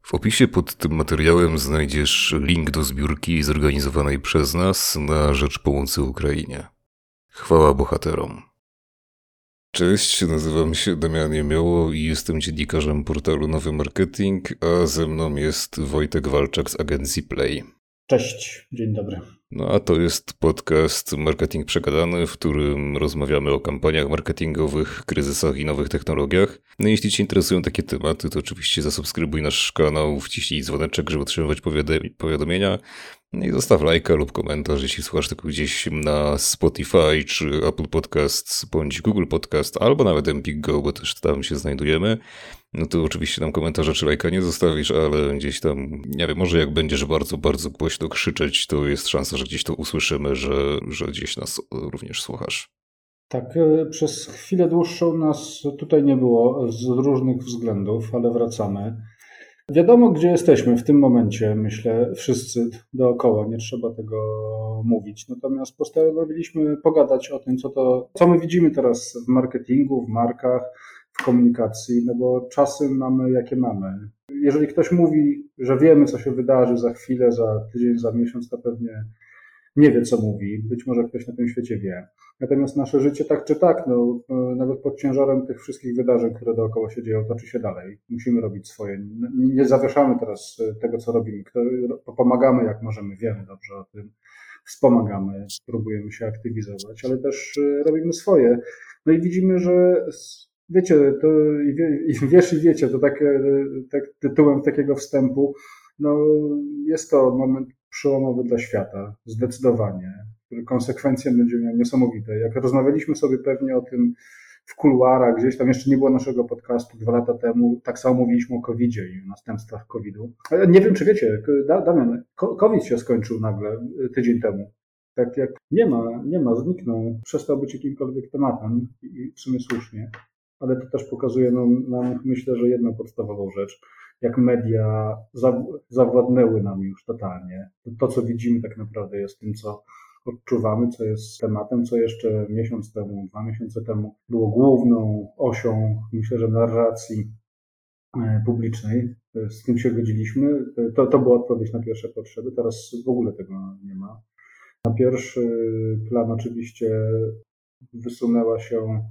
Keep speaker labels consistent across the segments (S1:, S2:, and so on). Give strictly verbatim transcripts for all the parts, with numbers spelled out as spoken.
S1: W opisie pod tym materiałem znajdziesz link do zbiórki zorganizowanej przez nas na rzecz pomocy Ukrainie. Chwała bohaterom. Cześć, nazywam się Damian Jemioło i jestem dziennikarzem portalu Nowy Marketing, a ze mną jest Wojtek Walczak z agencji Play.
S2: Cześć, dzień dobry.
S1: No a to jest podcast Marketing Przegadany, w którym rozmawiamy o kampaniach marketingowych, kryzysach i nowych technologiach. No jeśli Cię interesują takie tematy, to oczywiście zasubskrybuj nasz kanał, wciśnij dzwoneczek, żeby otrzymywać powiadomienia. I zostaw lajka lub komentarz, jeśli słuchasz tego gdzieś na Spotify, czy Apple Podcasts, bądź Google Podcast, albo nawet Empik Go, bo też tam się znajdujemy. No to oczywiście nam komentarza czy lajka nie zostawisz, ale gdzieś tam, nie wiem, może jak będziesz bardzo, bardzo głośno krzyczeć, to jest szansa, że gdzieś to usłyszymy, że, że gdzieś nas również słuchasz.
S2: Tak, przez chwilę dłuższą nas tutaj nie było z różnych względów, ale wracamy. Wiadomo, gdzie jesteśmy w tym momencie, myślę, wszyscy dookoła, nie trzeba tego mówić. Natomiast postanowiliśmy pogadać o tym, co to, co my widzimy teraz w marketingu, w markach, w komunikacji, no bo czasy mamy, jakie mamy. Jeżeli ktoś mówi, że wiemy, co się wydarzy za chwilę, za tydzień, za miesiąc, to pewnie nie wie, co mówi. Być może ktoś na tym świecie wie. Natomiast nasze życie tak czy tak, no, nawet pod ciężarem tych wszystkich wydarzeń, które dookoła się dzieją, toczy się dalej. Musimy robić swoje. Nie zawieszamy teraz tego, co robimy. Pomagamy, jak możemy, wiemy dobrze o tym. Wspomagamy, próbujemy się aktywizować, ale też robimy swoje. No i widzimy, że wiecie, to i wiesz i wiecie, to takie, tak, tytułem takiego wstępu, no jest to moment przełomowy dla świata, zdecydowanie, który konsekwencje będzie miał niesamowite. Jak rozmawialiśmy sobie pewnie o tym w kuluarach, gdzieś tam jeszcze nie było naszego podcastu dwa lata temu, tak samo mówiliśmy o kowidzie i o następstwach kowidu. Nie wiem, czy wiecie, Damian, COVID się skończył nagle tydzień temu. Tak jak nie ma, nie ma, zniknął, przestał być jakimkolwiek tematem i w sumie słusznie. Ale to też pokazuje nam, nam, myślę, że jedną podstawową rzecz, jak media zawładnęły nam już totalnie. To, co widzimy tak naprawdę jest tym, co odczuwamy, co jest tematem, co jeszcze miesiąc temu, dwa miesiące temu było główną osią, myślę, że narracji publicznej. Z tym się godziliśmy. To, to była odpowiedź na pierwsze potrzeby. Teraz w ogóle tego nie ma. Na pierwszy plan oczywiście wysunęła się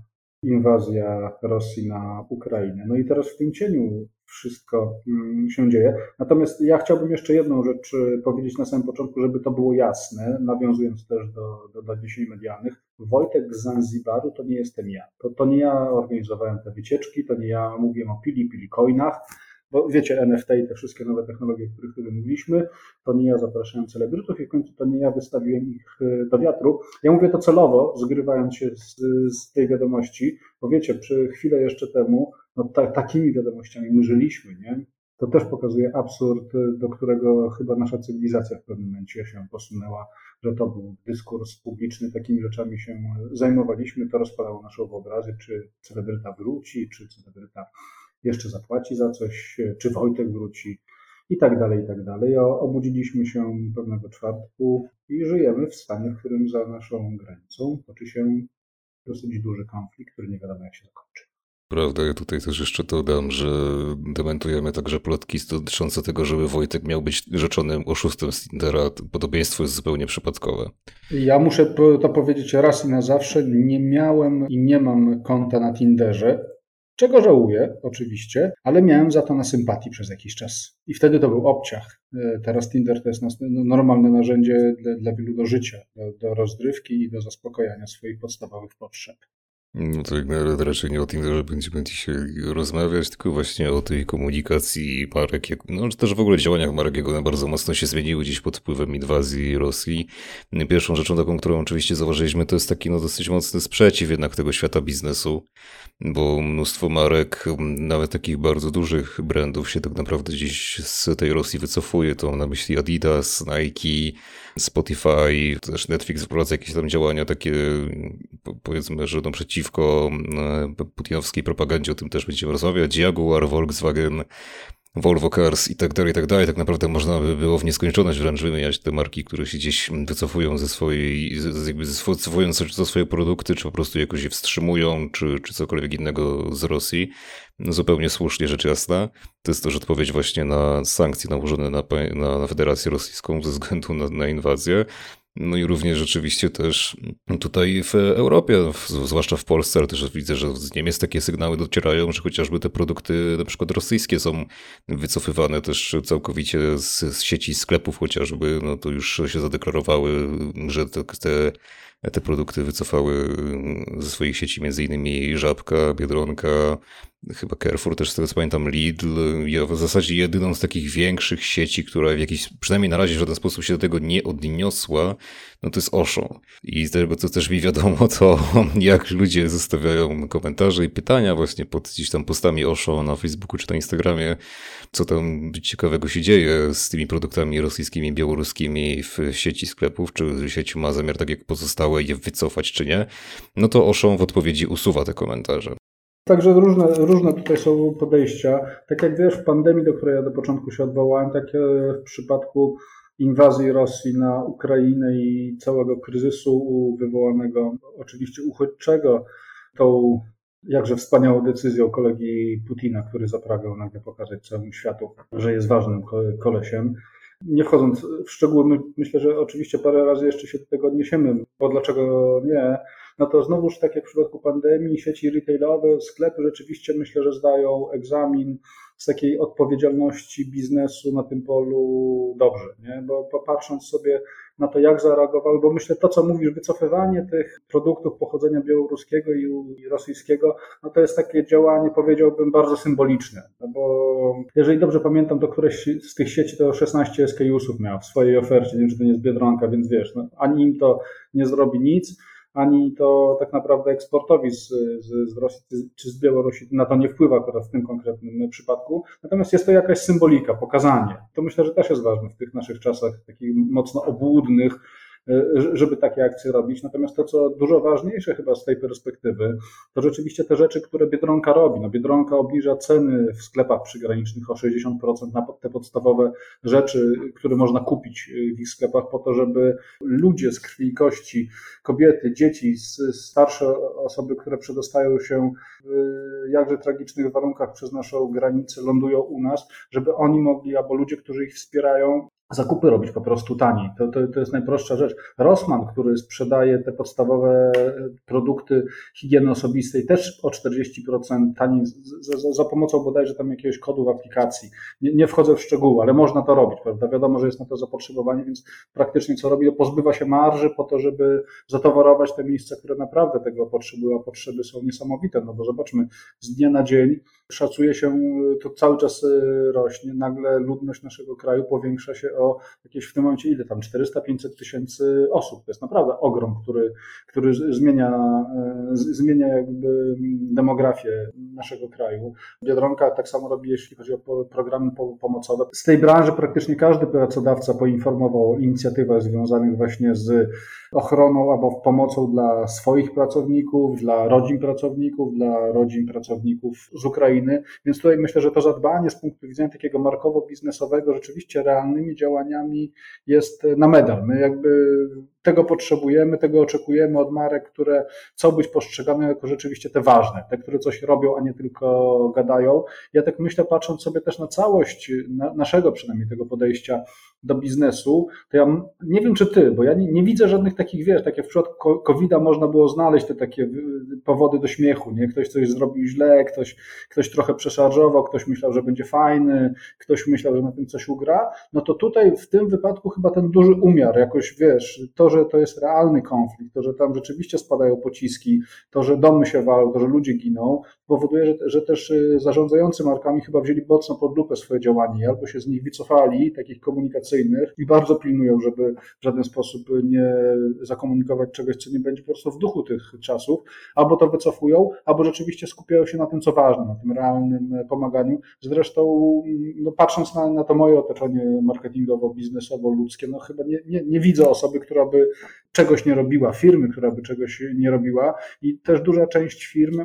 S2: inwazja Rosji na Ukrainę. No i teraz w tym cieniu wszystko się dzieje. Natomiast ja chciałbym jeszcze jedną rzecz powiedzieć na samym początku, żeby to było jasne, nawiązując też do, do doniesień medialnych. Wojtek z Zanzibaru to nie jestem ja. To, to nie ja organizowałem te wycieczki, to nie ja mówiłem o pili, pili coinach, bo wiecie, N F T i te wszystkie nowe technologie, o których tutaj mówiliśmy, to nie ja zapraszałem celebrytów i w końcu to nie ja wystawiłem ich do wiatru. Ja mówię to celowo, zgrywając się z, z tej wiadomości, bo wiecie, przy chwilę jeszcze temu, no ta, takimi wiadomościami my żyliśmy, nie? To też pokazuje absurd, do którego chyba nasza cywilizacja w pewnym momencie się posunęła, że to był dyskurs publiczny, takimi rzeczami się zajmowaliśmy, to rozpalało naszą wyobraźnię, czy celebryta wróci, czy celebryta jeszcze zapłaci za coś, czy Wojtek wróci i tak dalej, i tak dalej. Obudziliśmy się pewnego czwartku i żyjemy w stanie, w którym za naszą granicą toczy się dosyć duży konflikt, który nie wiadomo jak się zakończy.
S1: Prawda, ja tutaj też jeszcze dodam, że dementujemy także plotki dotyczące tego, żeby Wojtek miał być rzeczonym oszustem z Tindera. Podobieństwo jest zupełnie przypadkowe.
S2: Ja muszę to powiedzieć raz i na zawsze. Nie miałem i nie mam konta na Tinderze. Czego żałuję, oczywiście, ale miałem za to na sympatii przez jakiś czas. I wtedy to był obciach. Teraz Tinder to jest normalne narzędzie dla, dla wielu do życia, do, do rozrywki i do zaspokojania swoich podstawowych potrzeb.
S1: No to raczej nie o tym, że będziemy dzisiaj rozmawiać, tylko właśnie o tej komunikacji marek, jak, no czy też w ogóle działaniach marek, jak one bardzo mocno się zmieniły gdzieś pod wpływem inwazji Rosji. Pierwszą rzeczą taką, którą oczywiście zauważyliśmy, to jest taki no dosyć mocny sprzeciw jednak tego świata biznesu, bo mnóstwo marek, nawet takich bardzo dużych brandów się tak naprawdę gdzieś z tej Rosji wycofuje. To mam na myśli Adidas, Nike, Spotify, też Netflix wprowadza jakieś tam działania takie, powiedzmy, że no przeciwko putinowskiej propagandzie, o tym też będziemy rozmawiać. Jaguar, Volkswagen, Volvo Cars i tak dalej, i tak dalej. Tak naprawdę można by było w nieskończoność wręcz wymieniać te marki, które się gdzieś wycofują ze swojej, z, jakby wycofują ze swoje produkty, czy po prostu jakoś je wstrzymują, czy, czy cokolwiek innego z Rosji. No, zupełnie słusznie, rzecz jasna. To jest też odpowiedź właśnie na sankcje nałożone na, na, na Federację Rosyjską ze względu na, na inwazję. No i również rzeczywiście też tutaj w Europie, zwłaszcza w Polsce, ale też widzę, że z Niemiec takie sygnały docierają, że chociażby te produkty na przykład rosyjskie są wycofywane też całkowicie z, z sieci sklepów chociażby, no to już się zadeklarowały, że te, te te produkty wycofały ze swoich sieci między innymi Żabka, Biedronka, chyba Carrefour też z tego co pamiętam, Lidl. Ja w zasadzie jedyną z takich większych sieci, która w jakiś, przynajmniej na razie w żaden sposób się do tego nie odniosła, no to jest Auchan. I z tego co też mi wiadomo, to jak ludzie zostawiają komentarze i pytania właśnie pod gdzieś tam postami Auchan na Facebooku czy na Instagramie, co tam ciekawego się dzieje z tymi produktami rosyjskimi, białoruskimi w sieci sklepów, czy sieć ma zamiar tak jak pozostałe je wycofać czy nie, no to Auchan w odpowiedzi usuwa te komentarze.
S2: Także różne, różne tutaj są podejścia. Tak jak wiesz, w pandemii, do której ja do początku się odwołałem, tak w przypadku inwazji Rosji na Ukrainę i całego kryzysu wywołanego, oczywiście uchodźczego, tą jakże wspaniałą decyzją kolegi Putina, który zapragnął nagle pokazać całemu światu, że jest ważnym kolesiem. Nie wchodząc w szczegóły, myślę, że oczywiście parę razy jeszcze się do tego odniesiemy, bo dlaczego nie? No to znowuż tak jak w przypadku pandemii, sieci retailowe, sklepy rzeczywiście myślę, że zdają egzamin z takiej odpowiedzialności biznesu na tym polu dobrze, nie? Bo patrząc sobie na to, jak zareagowały, bo myślę, to co mówisz, wycofywanie tych produktów pochodzenia białoruskiego i rosyjskiego, no to jest takie działanie, powiedziałbym, bardzo symboliczne, no bo jeżeli dobrze pamiętam, to któreś z tych sieci to szesnaście S K U-sów miała w swojej ofercie, nie wiem, czy to nie jest Biedronka, więc wiesz, no, ani im to nie zrobi nic, ani to tak naprawdę eksportowi z, z, z Rosji czy z Białorusi na to nie wpływa akurat w tym konkretnym przypadku. Natomiast jest to jakaś symbolika, pokazanie. To myślę, że też jest ważne w tych naszych czasach takich mocno obłudnych, żeby takie akcje robić. Natomiast to, co dużo ważniejsze chyba z tej perspektywy, to rzeczywiście te rzeczy, które Biedronka robi. No Biedronka obniża ceny w sklepach przygranicznych o sześćdziesiąt procent na te podstawowe rzeczy, które można kupić w ich sklepach po to, żeby ludzie z krwi i kości, kobiety, dzieci, starsze osoby, które przedostają się w jakże tragicznych warunkach przez naszą granicę, lądują u nas, żeby oni mogli, albo ludzie, którzy ich wspierają, zakupy robić po prostu taniej. To, to, to jest najprostsza rzecz. Rossmann, który sprzedaje te podstawowe produkty higieny osobistej też o czterdzieści procent taniej za, za pomocą bodajże tam jakiegoś kodu w aplikacji. Nie, nie wchodzę w szczegóły, ale można to robić, prawda? Wiadomo, że jest na to zapotrzebowanie, więc praktycznie co robi, to pozbywa się marży po to, żeby zatowarować te miejsca, które naprawdę tego potrzebują, a potrzeby są niesamowite, no bo zobaczmy, z dnia na dzień szacuje się, to cały czas rośnie, nagle ludność naszego kraju powiększa się o jakieś w tym momencie ile tam, czterysta do pięciuset tysięcy osób. To jest naprawdę ogrom, który, który zmienia, zmienia jakby demografię naszego kraju. Biedronka tak samo robi, jeśli chodzi o programy pomocowe. Z tej branży praktycznie każdy pracodawca poinformował o inicjatywach związanych właśnie z ochroną albo pomocą dla swoich pracowników, dla rodzin pracowników, dla rodzin pracowników z Ukrainy. Więc tutaj myślę, że to zadbanie z punktu widzenia takiego markowo-biznesowego rzeczywiście realnymi działaniami jest na medal. My jakby tego potrzebujemy, tego oczekujemy od marek, które chcą być postrzegane jako rzeczywiście te ważne, te, które coś robią, a nie tylko gadają. Ja tak myślę, patrząc sobie też na całość na, naszego przynajmniej tego podejścia do biznesu, to ja nie wiem, czy ty, bo ja nie, nie widzę żadnych takich, wiesz, takie w przypadku kowida można było znaleźć te takie powody do śmiechu, nie? Ktoś coś zrobił źle, ktoś, ktoś trochę przeszarżował, ktoś myślał, że będzie fajny, ktoś myślał, że na tym coś ugra, no to tutaj w tym wypadku chyba ten duży umiar, jakoś wiesz, to, że to jest realny konflikt, to, że tam rzeczywiście spadają pociski, to, że domy się walą, to, że ludzie giną, powoduje, że, że też zarządzający markami chyba wzięli mocno pod lupę swoje działanie, albo się z nich wycofali, takich komunikacyjnych i bardzo pilnują, żeby w żaden sposób nie zakomunikować czegoś, co nie będzie po prostu w duchu tych czasów, albo to wycofują, albo rzeczywiście skupiają się na tym, co ważne, na tym realnym pomaganiu. Zresztą no, patrząc na, na to moje otoczenie marketingowo, biznesowo, ludzkie, no chyba nie, nie, nie widzę osoby, która by czegoś nie robiła, firmy, która by czegoś nie robiła i też duża część firm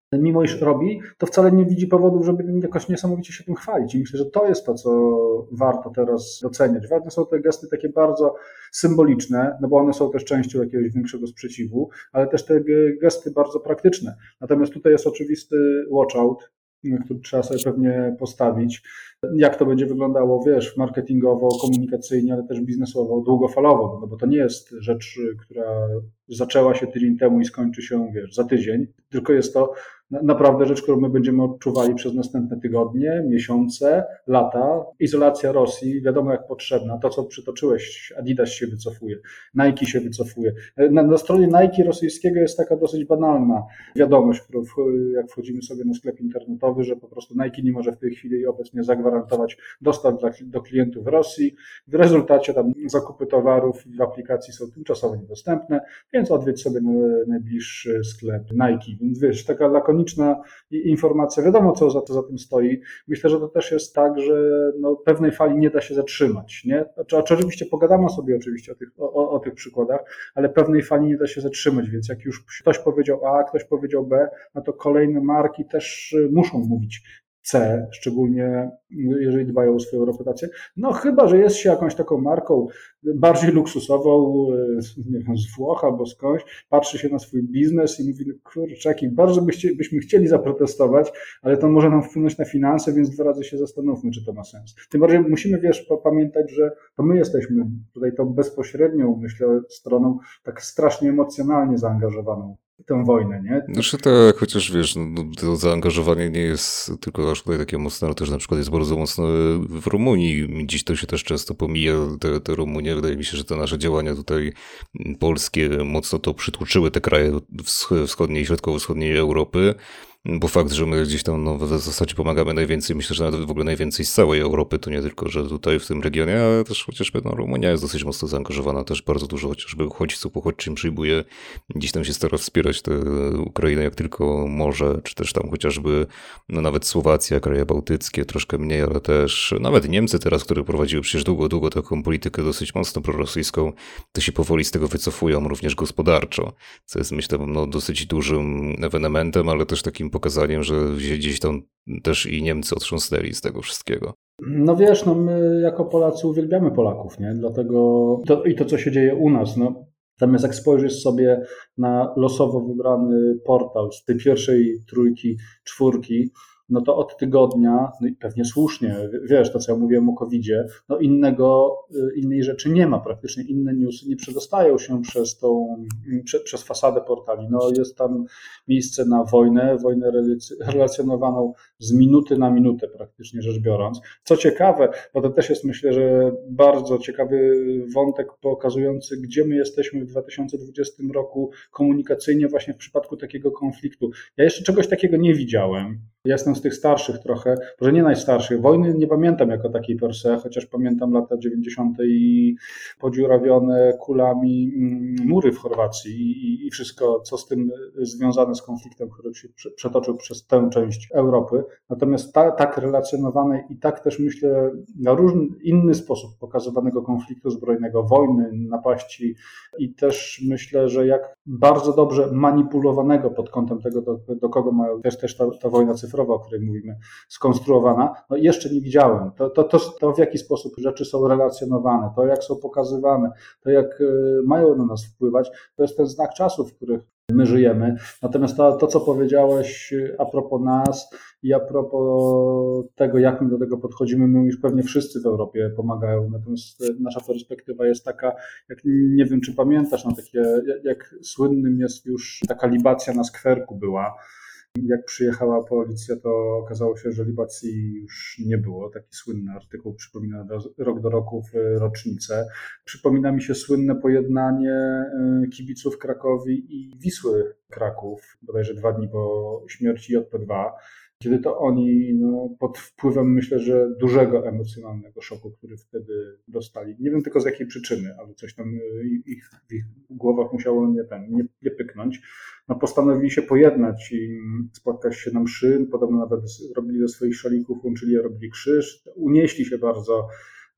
S2: mimo iż robi, to wcale nie widzi powodów, żeby jakoś niesamowicie się tym chwalić. I myślę, że to jest to, co warto teraz doceniać. Ważne są te gesty takie bardzo symboliczne, no bo one są też częścią jakiegoś większego sprzeciwu, ale też te gesty bardzo praktyczne. Natomiast tutaj jest oczywisty watch out, który trzeba sobie pewnie postawić. Jak to będzie wyglądało, wiesz, marketingowo, komunikacyjnie, ale też biznesowo, długofalowo, no bo to nie jest rzecz, która zaczęła się tydzień temu i skończy się, wiesz, za tydzień, tylko jest to naprawdę rzecz, którą my będziemy odczuwali przez następne tygodnie, miesiące, lata. Izolacja Rosji, wiadomo jak potrzebna. To, co przytoczyłeś, Adidas się wycofuje, Nike się wycofuje. Na, na stronie Nike rosyjskiego jest taka dosyć banalna wiadomość, którą jak wchodzimy sobie na sklep internetowy, że po prostu Nike nie może w tej chwili obecnie zagwarantować dostaw dla, do klientów Rosji. W rezultacie tam zakupy towarów w aplikacji są tymczasowo niedostępne, więc odwiedź sobie najbliższy sklep Nike. Więc wiesz, taka lakoniczna informacja, wiadomo co za, co za tym stoi. Myślę, że to też jest tak, że no, pewnej fali nie da się zatrzymać. Nie? Znaczy, oczywiście pogadamy sobie oczywiście o tych, o, o tych przykładach, ale pewnej fali nie da się zatrzymać, więc jak już ktoś powiedział A, ktoś powiedział B, no to kolejne marki też muszą mówić C, szczególnie jeżeli dbają o swoją reputację. No chyba, że jest się jakąś taką marką bardziej luksusową, nie wiem, z Włoch albo skądś, patrzy się na swój biznes i mówi, kurczaki, bardzo byście, byśmy chcieli zaprotestować, ale to może nam wpłynąć na finanse, więc dwa razy się zastanówmy, czy to ma sens. Tym bardziej musimy, wiesz, pamiętać, że to my jesteśmy tutaj tą bezpośrednią, myślę, stroną tak strasznie emocjonalnie zaangażowaną w tę wojnę, nie?
S1: Znaczy tak, chociaż wiesz, no, to zaangażowanie nie jest tylko aż tutaj takie mocne, ale też na przykład jest bardzo mocno w Rumunii. Dziś to się też często pomija, te, te Rumunie. Wydaje mi się, że te nasze działania tutaj polskie mocno to przytłoczyły te kraje wschodniej i środkowo-wschodniej Europy. Bo fakt, że my gdzieś tam no, w zasadzie pomagamy najwięcej, myślę, że nawet w ogóle najwięcej z całej Europy, to nie tylko, że tutaj w tym regionie, ale też chociażby no, Rumunia jest dosyć mocno zaangażowana, też bardzo dużo chociażby uchodźców, uchodźczym przyjmuje, gdzieś tam się stara wspierać tę Ukrainę jak tylko może, czy też tam chociażby no, nawet Słowacja, kraje bałtyckie, troszkę mniej, ale też nawet Niemcy teraz, które prowadziły przecież długo, długo taką politykę dosyć mocno prorosyjską, to się powoli z tego wycofują również gospodarczo, co jest myślę no, dosyć dużym ewenementem, ale też takim pokazaniem, że gdzieś tam też i Niemcy otrząsnęli z tego wszystkiego.
S2: No wiesz, no my jako Polacy uwielbiamy Polaków, nie? Dlatego to, i to, co się dzieje u nas, no. Natomiast jak spojrzysz sobie na losowo wybrany portal z tej pierwszej trójki, czwórki, no to od tygodnia, no i pewnie słusznie, wiesz, to co ja mówiłem o kowidzie, no innego, innej rzeczy nie ma, praktycznie inne newsy nie przedostają się przez tą, prze, przez fasadę portali. No jest tam miejsce na wojnę, wojnę relacjonowaną z minuty na minutę praktycznie rzecz biorąc. Co ciekawe, bo to też jest myślę, że bardzo ciekawy wątek pokazujący, gdzie my jesteśmy w dwa tysiące dwudziestym roku komunikacyjnie właśnie w przypadku takiego konfliktu. Ja jeszcze czegoś takiego nie widziałem. Ja jestem z tych starszych trochę, może nie najstarszych. Wojny nie pamiętam jako takiej per se, chociaż pamiętam lata dziewięćdziesiąte i podziurawione kulami mury w Chorwacji i, i wszystko, co z tym związane z konfliktem, który się przetoczył przez tę część Europy. Natomiast ta, tak relacjonowane i tak też myślę na różny inny sposób pokazywanego konfliktu zbrojnego, wojny, napaści i też myślę, że jak bardzo dobrze manipulowanego pod kątem tego, do, do kogo ma też, też ta, ta wojna cyfrowa, o której mówimy, skonstruowana, no jeszcze nie widziałem. To, to, to, to w jaki sposób rzeczy są relacjonowane, to jak są pokazywane, to jak mają na nas wpływać, to jest ten znak czasów, w których my żyjemy. Natomiast to, to, co powiedziałeś a propos nas i a propos tego, jak my do tego podchodzimy, my już pewnie wszyscy w Europie pomagają. Natomiast nasza perspektywa jest taka, jak nie wiem, czy pamiętasz, no takie, jak słynnym jest już taka libacja na skwerku była. Jak przyjechała policja, to okazało się, że libacji już nie było. Taki słynny artykuł przypomina rok do roku w rocznicę. Przypomina mi się słynne pojednanie kibiców Krakowi i Wisły Kraków, bodajże dwa dni po śmierci J P dwa, kiedy to oni no, pod wpływem, myślę, że dużego emocjonalnego szoku, który wtedy dostali. Nie wiem tylko z jakiej przyczyny, ale coś tam ich, w ich głowach musiało nie, ten, nie, nie pyknąć. No, postanowili się pojednać i spotkać się na mszy. Podobno nawet robili ze swoich szalików, łączyli, robili krzyż. Unieśli się bardzo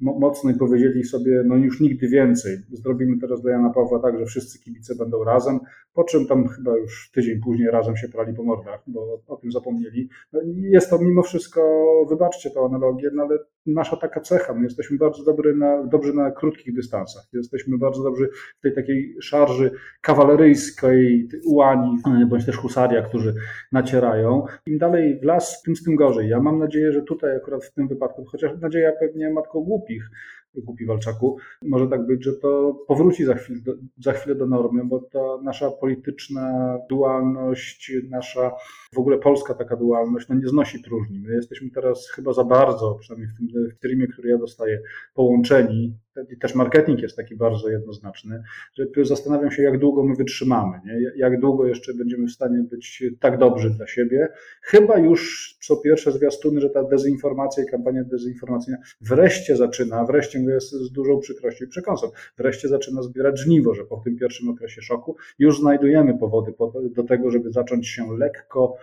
S2: mocno i powiedzieli sobie, no już nigdy więcej. Zrobimy teraz dla Jana Pawła tak, że wszyscy kibice będą razem, po czym tam chyba już tydzień później razem się prali po mordach, bo o tym zapomnieli. No, jest to mimo wszystko, wybaczcie tę analogię, no ale nasza taka cecha, my jesteśmy bardzo dobry na, dobrzy na krótkich dystansach, jesteśmy bardzo dobrzy w tej takiej szarży kawaleryjskiej, ułani, bądź też husaria, którzy nacierają. Im dalej w las, tym z tym gorzej. Ja mam nadzieję, że tutaj akurat w tym wypadku, chociaż nadzieja pewnie matko głupich, głupi Walczaku, może tak być, że to powróci za chwilę, do, za chwilę do normy, bo ta nasza polityczna dualność, nasza w ogóle polska taka dualność, no nie znosi próżni. My jesteśmy teraz chyba za bardzo, przynajmniej w tym w streamie, który ja dostaję, połączeni. I też marketing jest taki bardzo jednoznaczny, że zastanawiam się, jak długo my wytrzymamy, nie? Jak długo jeszcze będziemy w stanie być tak dobrzy dla siebie. Chyba już są pierwsze zwiastuny, że ta dezinformacja i kampania dezinformacyjna wreszcie zaczyna, wreszcie mówię z, z dużą przykrością i przekąsem, wreszcie zaczyna zbierać żniwo, że po tym pierwszym okresie szoku już znajdujemy powody do tego, żeby zacząć się lekko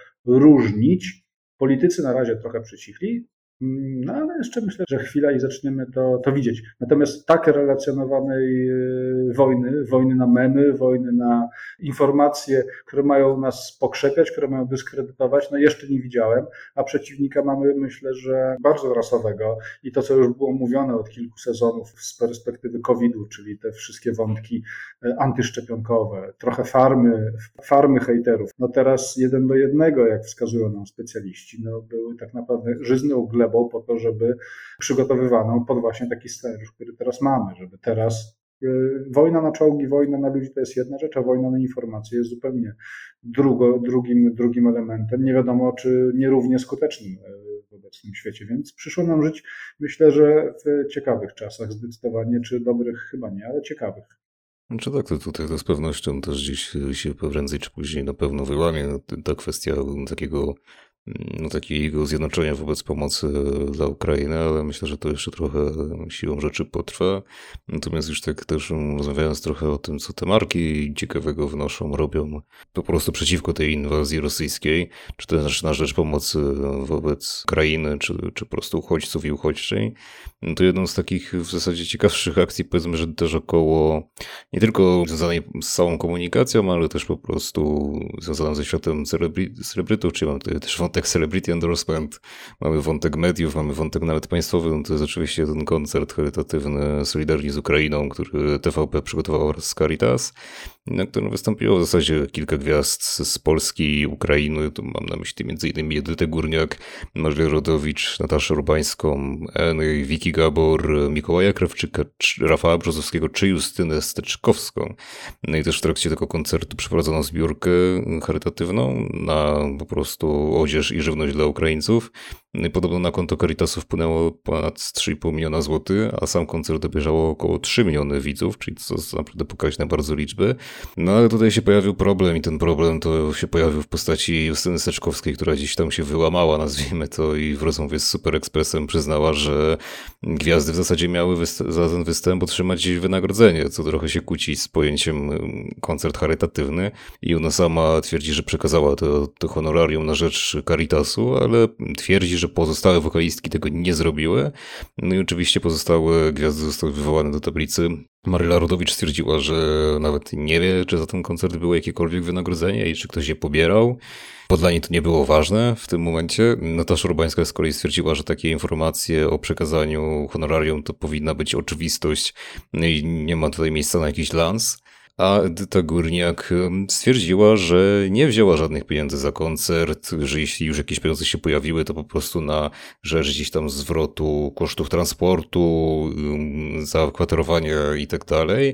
S2: różnić. Politycy na razie trochę przycichli, no ale jeszcze myślę, że chwila i zaczniemy to, to widzieć. Natomiast tak relacjonowanej wojny, wojny na memy, wojny na informacje, które mają nas pokrzepiać, które mają dyskredytować, no jeszcze nie widziałem, a przeciwnika mamy, myślę, że bardzo rasowego i to, co już było mówione od kilku sezonów z perspektywy kowida, czyli te wszystkie wątki antyszczepionkowe, trochę farmy, farmy hejterów. No teraz jeden do jednego, jak wskazują nam specjaliści, no były tak naprawdę żyzną glebą po to, żeby przygotowywano pod właśnie taki scenariusz, który teraz mamy, żeby teraz yy, wojna na czołgi, wojna na ludzi to jest jedna rzecz, a wojna na informacje jest zupełnie drugo, drugim, drugim elementem, nie wiadomo czy nierównie skutecznym w obecnym świecie, więc przyszło nam żyć, myślę, że w ciekawych czasach zdecydowanie, czy dobrych chyba nie, ale ciekawych.
S1: Znaczy tak, to tutaj to z pewnością też gdzieś się prędzej czy później na pewno wyłamie ta kwestia takiego no, takiego zjednoczenia wobec pomocy dla Ukrainy, ale myślę, że to jeszcze trochę siłą rzeczy potrwa. Natomiast już tak też rozmawiając trochę o tym, co te marki ciekawego wnoszą, robią po prostu przeciwko tej inwazji rosyjskiej, czy też na rzecz pomocy wobec Ukrainy, czy, czy po prostu uchodźców i uchodźczyń, to jedną z takich w zasadzie ciekawszych akcji, powiedzmy, że też około, nie tylko związanej z całą komunikacją, ale też po prostu związaną ze światem celebry- celebrytów, czyli mam tutaj też wątek celebrity endorsement, mamy wątek mediów, mamy wątek nawet państwowy, no to jest oczywiście ten koncert charytatywny Solidarni z Ukrainą, który T V P przygotował wraz z Caritas, na którym wystąpiło w zasadzie kilka gwiazd z Polski i Ukrainy, tu mam na myśli między innymi Edytę Górniak, Marię Rodowicz, Nataszę Urbańską, Eny, Wiki Gabor, Mikołaja Krawczyka, Rafała Brzozowskiego czy Justynę Steczkowską. No i też w trakcie tego koncertu przeprowadzono zbiórkę charytatywną na po prostu odzież i żywność dla Ukraińców. No i podobno na konto Caritasu wpłynęło ponad trzy i pół miliona złotych, a sam koncert obejrzało około trzy miliony widzów, czyli to są naprawdę pokaźne bardzo liczby. No ale tutaj się pojawił problem i ten problem to się pojawił w postaci Justyny Steczkowskiej, która gdzieś tam się wyłamała, nazwijmy to, i w rozmowie z Super Expressem przyznała, że gwiazdy w zasadzie miały wyst- za ten występ otrzymać wynagrodzenie, co trochę się kłóci z pojęciem koncert charytatywny i ona sama twierdzi, że przekazała to, to honorarium na rzecz Caritasu, ale twierdzi, że pozostałe wokalistki tego nie zrobiły. No i oczywiście pozostałe gwiazdy zostały wywołane do tablicy. Maryla Rodowicz stwierdziła, że nawet nie wie, czy za ten koncert było jakiekolwiek wynagrodzenie i czy ktoś je pobierał, bo dla niej to nie było ważne w tym momencie. Natasza Urbańska z kolei stwierdziła, że takie informacje o przekazaniu honorarium to powinna być oczywistość i nie ma tutaj miejsca na jakiś lans. A Edyta Górniak stwierdziła, że nie wzięła żadnych pieniędzy za koncert, że jeśli już jakieś pieniądze się pojawiły, to po prostu na rzecz gdzieś tam zwrotu kosztów transportu, zakwaterowania i tak dalej.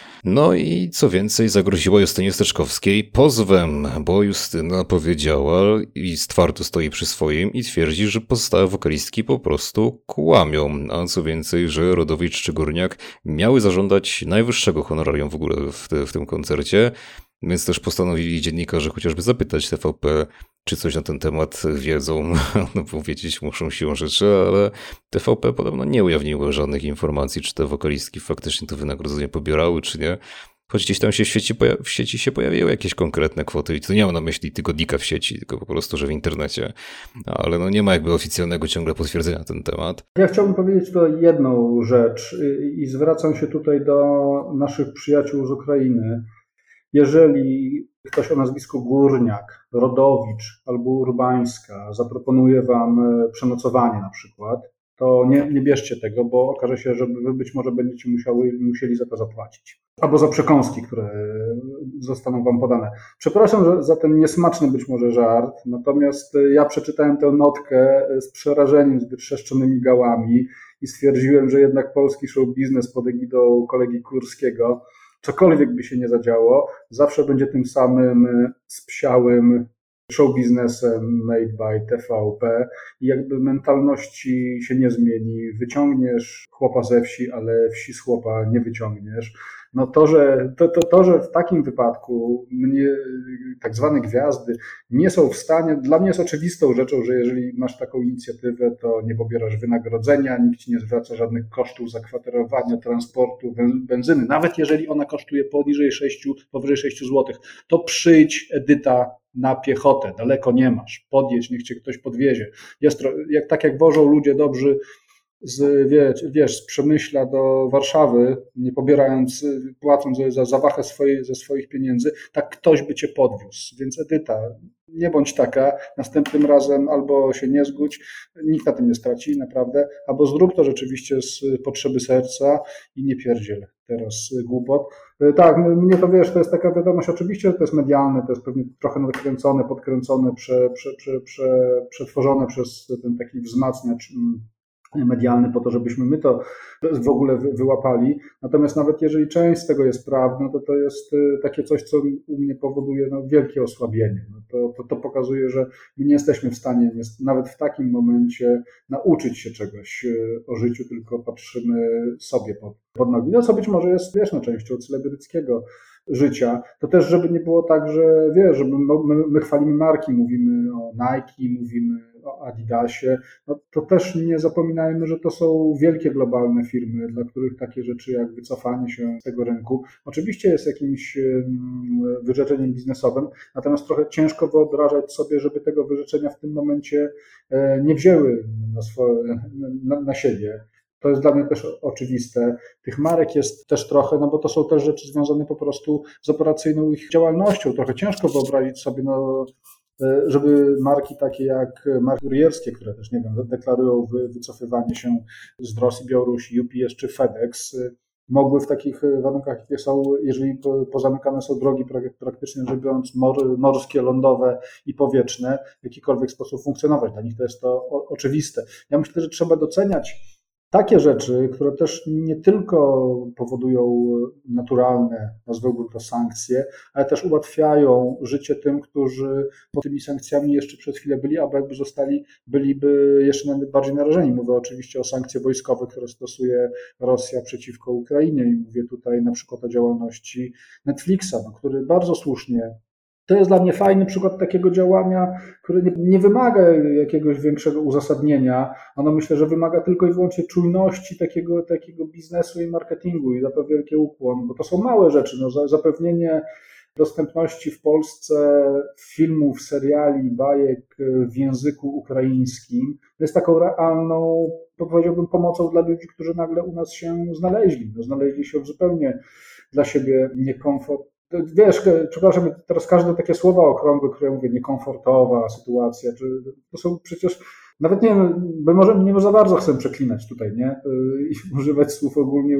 S1: No i co więcej, zagroziła Justynie Steczkowskiej pozwem, bo Justyna powiedziała i twardo stoi przy swoim i twierdzi, że pozostałe wokalistki po prostu kłamią, a co więcej, że Rodowicz czy Górniak miały zażądać najwyższego honorarium w ogóle w, te, w tym koncercie, więc też postanowili dziennikarze chociażby zapytać T V P, czy coś na ten temat wiedzą, no bo wiedzieć muszą siłą rzeczy, ale T V P podobno nie ujawniło żadnych informacji, czy te wokalistki faktycznie to wynagrodzenie pobierały, czy nie. Choć gdzieś tam się w sieci, poja- w sieci się pojawiły jakieś konkretne kwoty i to nie mam na myśli tygodnika w sieci, tylko po prostu, że w internecie. Ale no nie ma jakby oficjalnego ciągle potwierdzenia na ten temat.
S2: Ja chciałbym powiedzieć tutaj jedną rzecz i zwracam się tutaj do naszych przyjaciół z Ukrainy. Jeżeli ktoś o nazwisku Górniak, Rodowicz albo Urbańska zaproponuje wam przenocowanie na przykład, to nie, nie bierzcie tego, bo okaże się, że wy być może będziecie musiały, musieli za to zapłacić. Albo za przekąski, które zostaną wam podane. Przepraszam że za ten niesmaczny być może żart, natomiast ja przeczytałem tę notkę z przerażeniem, z wytrzeszczonymi gałami i stwierdziłem, że jednak polski show biznes pod egidą kolegi Kurskiego, cokolwiek by się nie zadziało, zawsze będzie tym samym spsiałym show biznesem made by T V P i jakby mentalności się nie zmieni. Wyciągniesz chłopa ze wsi, ale wsi z chłopa nie wyciągniesz. No to, że, to, to, to, że w takim wypadku mnie, tak zwane gwiazdy nie są w stanie, dla mnie jest oczywistą rzeczą, że jeżeli masz taką inicjatywę, to nie pobierasz wynagrodzenia, nikt ci nie zwraca żadnych kosztów zakwaterowania, transportu, benzyny. Nawet jeżeli ona kosztuje poniżej sześciu, powyżej sześciu złotych, to przyjdź, Edyta, na piechotę, daleko nie masz, podjedź, niech cię ktoś podwiezie. Jest, jak, tak jak wożą ludzie dobrzy z, wiesz, wiesz, z Przemyśla do Warszawy, nie pobierając, płacąc za zawachę swojej, ze swoich pieniędzy, tak ktoś by cię podwiózł. Więc Edyta, nie bądź taka, następnym razem albo się nie zgódź, nikt na tym nie straci, naprawdę, albo zrób to rzeczywiście z potrzeby serca i nie pierdziel teraz głupot. Tak, mnie to wiesz, to jest taka wiadomość, oczywiście, że to jest medialne, to jest pewnie trochę nakręcone, podkręcone, prze, prze, prze, prze, przetworzone przez ten taki wzmacniacz medialny po to, żebyśmy my to w ogóle wyłapali. Natomiast nawet jeżeli część z tego jest prawda, no to to jest takie coś, co u mnie powoduje no, wielkie osłabienie. No to, to, to pokazuje, że my nie jesteśmy w stanie nawet w takim momencie nauczyć się czegoś o życiu, tylko patrzymy sobie pod, pod nogi. No co być może jest, wiesz, no, częścią celebryckiego życia. To też, żeby nie było tak, że wiesz, żeby my, my chwalimy marki, mówimy o Nike, mówimy o Adidasie, no to też nie zapominajmy, że to są wielkie globalne firmy, dla których takie rzeczy jak wycofanie się z tego rynku oczywiście jest jakimś wyrzeczeniem biznesowym, natomiast trochę ciężko wyobrażać sobie, żeby tego wyrzeczenia w tym momencie nie wzięły na, swoje, na, na siebie. To jest dla mnie też oczywiste. Tych marek jest też trochę, no bo to są też rzeczy związane po prostu z operacyjną ich działalnością. Trochę ciężko wyobrazić sobie, no, żeby marki takie jak marki kurierskie, które też, nie wiem, deklarują wycofywanie się z Rosji, Białorusi, U P S czy FedEx, mogły w takich warunkach, jakie są, jeżeli pozamykane są drogi praktycznie rzecz biorąc morskie, lądowe i powietrzne, w jakikolwiek sposób funkcjonować. Dla nich to jest to oczywiste. Ja myślę, że trzeba doceniać takie rzeczy, które też nie tylko powodują naturalne, nazwałbym to sankcje, ale też ułatwiają życie tym, którzy pod tymi sankcjami jeszcze przez chwilę byli, albo jakby zostali, byliby jeszcze bardziej narażeni. Mówię oczywiście o sankcjach wojskowych, które stosuje Rosja przeciwko Ukrainie i mówię tutaj na przykład o działalności Netflixa, no, który bardzo słusznie. To jest dla mnie fajny przykład takiego działania, które nie, nie wymaga jakiegoś większego uzasadnienia. Ono myślę, że wymaga tylko i wyłącznie czujności takiego, takiego biznesu i marketingu i za to wielki ukłon, bo to są małe rzeczy. No, zapewnienie dostępności w Polsce filmów, seriali, bajek w języku ukraińskim jest taką realną, powiedziałbym, pomocą dla ludzi, którzy nagle u nas się znaleźli. No, znaleźli się w zupełnie dla siebie niekomfort. Wiesz, przepraszam, teraz każde takie słowa okrągłe, które ja mówię, niekomfortowa sytuacja, czy to są przecież, nawet nie wiem, bo może nie za bardzo chcę przeklinać tutaj, nie? I używać słów ogólnie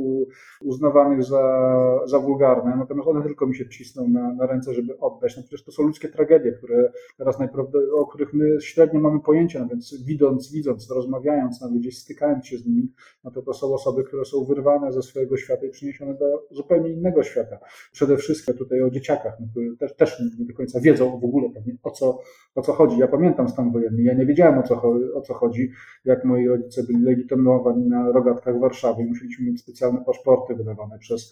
S2: uznawanych za, za wulgarne, natomiast one tylko mi się cisną na, na ręce, żeby oddać. No przecież to są ludzkie tragedie, które teraz najprawdopodobniej, o których my średnio mamy pojęcie, no więc widząc, widząc, rozmawiając, nawet gdzieś stykając się z nimi, no to to są osoby, które są wyrwane ze swojego świata i przeniesione do zupełnie innego świata. Przede wszystkim tutaj o dzieciakach, no, które też, też nie do końca wiedzą w ogóle pewnie o co, o co chodzi. Ja pamiętam stan wojenny, ja nie wiedziałem o co, o co chodzi, jak moi rodzice byli legitymowani na rogatkach Warszawy. Musieliśmy mieć specjalne paszporty wydawane przez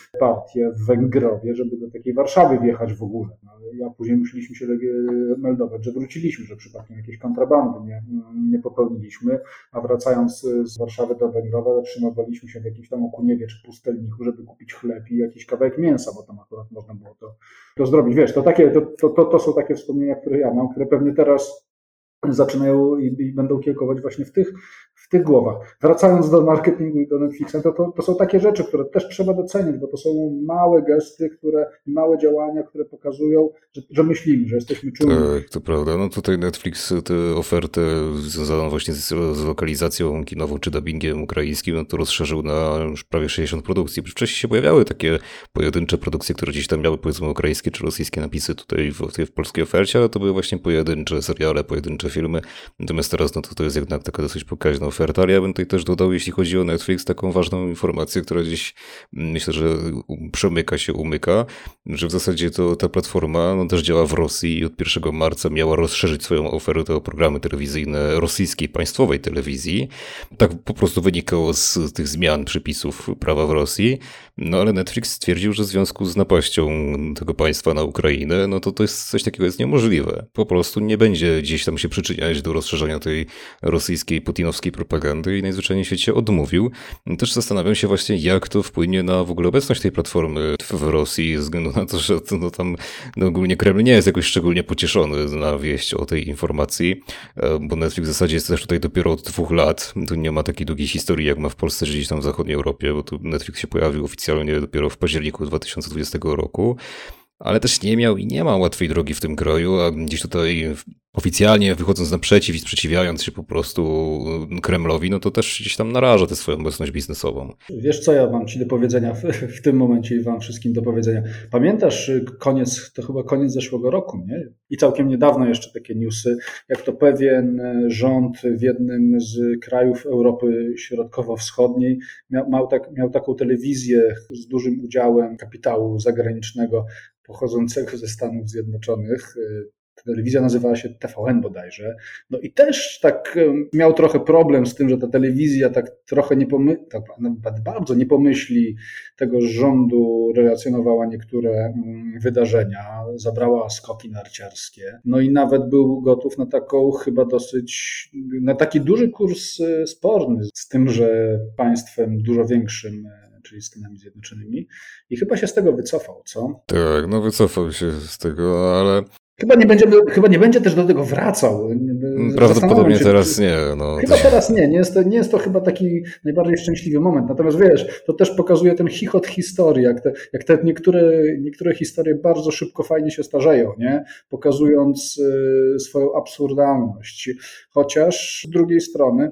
S2: partię w Węgrowie, żeby do takiej Warszawy wjechać w ogóle. No, a później musieliśmy się meldować, że wróciliśmy, że przypadkiem jakiejś kontrabandy nie, nie popełniliśmy, a wracając z Warszawy do Węgrowa zatrzymywaliśmy się w jakimś tam Okuniewie czy Pustelniku, żeby kupić chleb i jakiś kawałek mięsa, bo tam akurat można było to, to zrobić. Wiesz, to, takie, to, to, to są takie wspomnienia, które ja mam, które pewnie teraz zaczynają i, i będą kiełkować właśnie w tych, w tych głowach. Wracając do marketingu i do Netflixa, to, to, to są takie rzeczy, które też trzeba docenić, bo to są małe gesty, które i małe działania, które pokazują, że, że myślimy, że jesteśmy czujni.
S1: Tak, to prawda. No tutaj Netflix tę ofertę związaną właśnie z, z lokalizacją kinową czy dubbingiem ukraińskim, no to rozszerzył na już prawie sześćdziesiąt produkcji. Wcześniej się pojawiały takie pojedyncze produkcje, które gdzieś tam miały powiedzmy ukraińskie czy rosyjskie napisy tutaj w, w polskiej ofercie, ale to były właśnie pojedyncze seriale, pojedyncze filmy. Natomiast teraz no to, to jest jednak taka dosyć pokaźna oferta, ale ja bym tutaj też dodał, jeśli chodzi o Netflix, taką ważną informację, która gdzieś myślę, że przemyka się, umyka, że w zasadzie to ta platforma no, też działa w Rosji i od pierwszego marca miała rozszerzyć swoją ofertę o programy telewizyjne rosyjskiej państwowej telewizji. Tak po prostu wynikało z tych zmian przepisów prawa w Rosji, no ale Netflix stwierdził, że w związku z napaścią tego państwa na Ukrainę, no to to jest coś takiego jest niemożliwe. Po prostu nie będzie gdzieś tam się przyczyniać do rozszerzenia tej rosyjskiej, putinowskiej propagandy i najzwyczajniej w świecie odmówił. Też zastanawiam się właśnie, jak to wpłynie na w ogóle obecność tej platformy w Rosji, ze względu na to, że no tam no ogólnie Kreml nie jest jakoś szczególnie pocieszony na wieść o tej informacji, bo Netflix w zasadzie jest też tutaj dopiero od dwóch lat. Tu nie ma takiej długiej historii, jak ma w Polsce, czy gdzieś tam w zachodniej Europie, bo tu Netflix się pojawił oficjalnie dopiero w październiku dwa tysiące dwudziestego roku. Ale też nie miał i nie ma łatwej drogi w tym kraju, a gdzieś tutaj oficjalnie wychodząc naprzeciw i sprzeciwiając się po prostu Kremlowi, no to też gdzieś tam naraża tę swoją obecność biznesową.
S2: Wiesz co ja mam ci do powiedzenia w, w tym momencie i wam wszystkim do powiedzenia. Pamiętasz koniec, to chyba koniec zeszłego roku, nie? I całkiem niedawno jeszcze takie newsy, jak to pewien rząd w jednym z krajów Europy Środkowo-Wschodniej miał, miał, tak, miał taką telewizję z dużym udziałem kapitału zagranicznego pochodzącego ze Stanów Zjednoczonych. Telewizja nazywała się T V N bodajże. No i też tak miał trochę problem z tym, że ta telewizja tak trochę nie pomyśli, tak nawet bardzo nie pomyśli tego rządu, relacjonowała niektóre wydarzenia, zabrała skoki narciarskie. No i nawet był gotów na taką chyba dosyć, na taki duży kurs sporny z tym, że państwem dużo większym, czyli Stanami Zjednoczonymi. I chyba się z tego wycofał, co?
S1: Tak, no wycofał się z tego, ale...
S2: Chyba nie, będzie, chyba nie będzie też do tego wracał.
S1: Prawdopodobnie się, teraz nie. No.
S2: Chyba teraz nie. Nie jest, to, nie jest to chyba taki najbardziej szczęśliwy moment. Natomiast wiesz, to też pokazuje ten chichot historii, jak te, jak te niektóre, niektóre historie bardzo szybko, fajnie się starzeją, nie? Pokazując y, swoją absurdalność. Chociaż z drugiej strony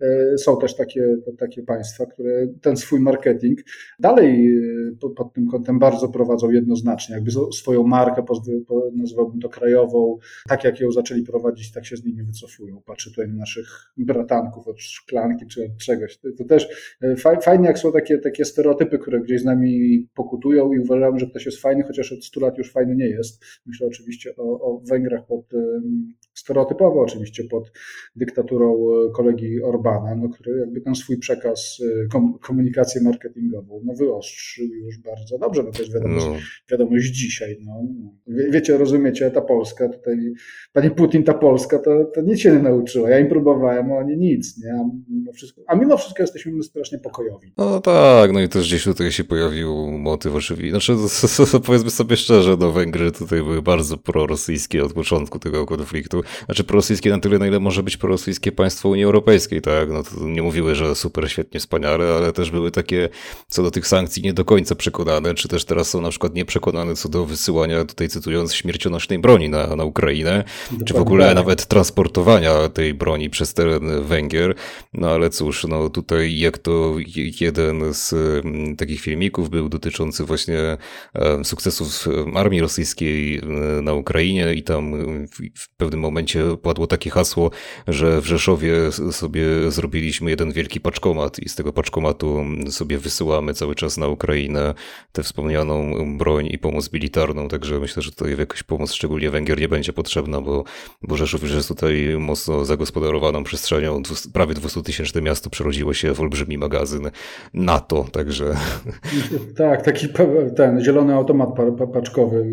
S2: są też takie, takie państwa, które ten swój marketing dalej pod tym kątem bardzo prowadzą jednoznacznie, jakby swoją markę, nazwałbym to krajową, tak jak ją zaczęli prowadzić, tak się z niej nie wycofują. Patrzę tutaj na naszych bratanków od szklanki czy od czegoś. To też fajnie, jak są takie, takie stereotypy, które gdzieś z nami pokutują i uważam, że ktoś jest fajny, chociaż od stu lat już fajny nie jest. Myślę oczywiście o, o Węgrach pod stereotypowo oczywiście pod dyktaturą kolegi Orbana, no, który jakby ten swój przekaz, kom, komunikację marketingową no, wyostrzył już bardzo dobrze. No, to jest wiadomość, no. wiadomość dzisiaj. No. Wie, wiecie, rozumiecie, ta Polska tutaj, panie Putin, ta Polska, to, to nic się nie nauczyła. Ja im próbowałem, a oni nic. Nie? A, mimo wszystko, a mimo wszystko jesteśmy strasznie pokojowi.
S1: No tak, no i też gdzieś tutaj się pojawił motyw oczywiście. Znaczy, powiedzmy sobie szczerze, no Węgry tutaj były bardzo prorosyjskie od początku tego konfliktu. Znaczy prorosyjskie na tyle, na ile może być prorosyjskie państwo Unii Europejskiej, tak? No to nie mówiły, że super, świetnie, wspaniale, ale też były takie co do tych sankcji nie do końca przekonane, czy też teraz są na przykład nieprzekonane co do wysyłania, tutaj cytując, śmiercionośnej broni na, na Ukrainę, Dokładnie. czy w ogóle tak. nawet transportowania tej broni przez teren Węgier. No ale cóż, no tutaj jak to jeden z takich filmików był dotyczący właśnie sukcesów armii rosyjskiej na Ukrainie i tam w pewnym momencie momencie padło takie hasło, że w Rzeszowie sobie zrobiliśmy jeden wielki paczkomat i z tego paczkomatu sobie wysyłamy cały czas na Ukrainę tę wspomnianą broń i pomoc militarną, także myślę, że tutaj jakaś pomoc, szczególnie Węgier, nie będzie potrzebna, bo, bo Rzeszów już jest tutaj mocno zagospodarowaną przestrzenią. Prawie dwustutysięczne miasto przerodziło się w olbrzymi magazyn NATO, także...
S2: Tak, taki ten zielony automat paczkowy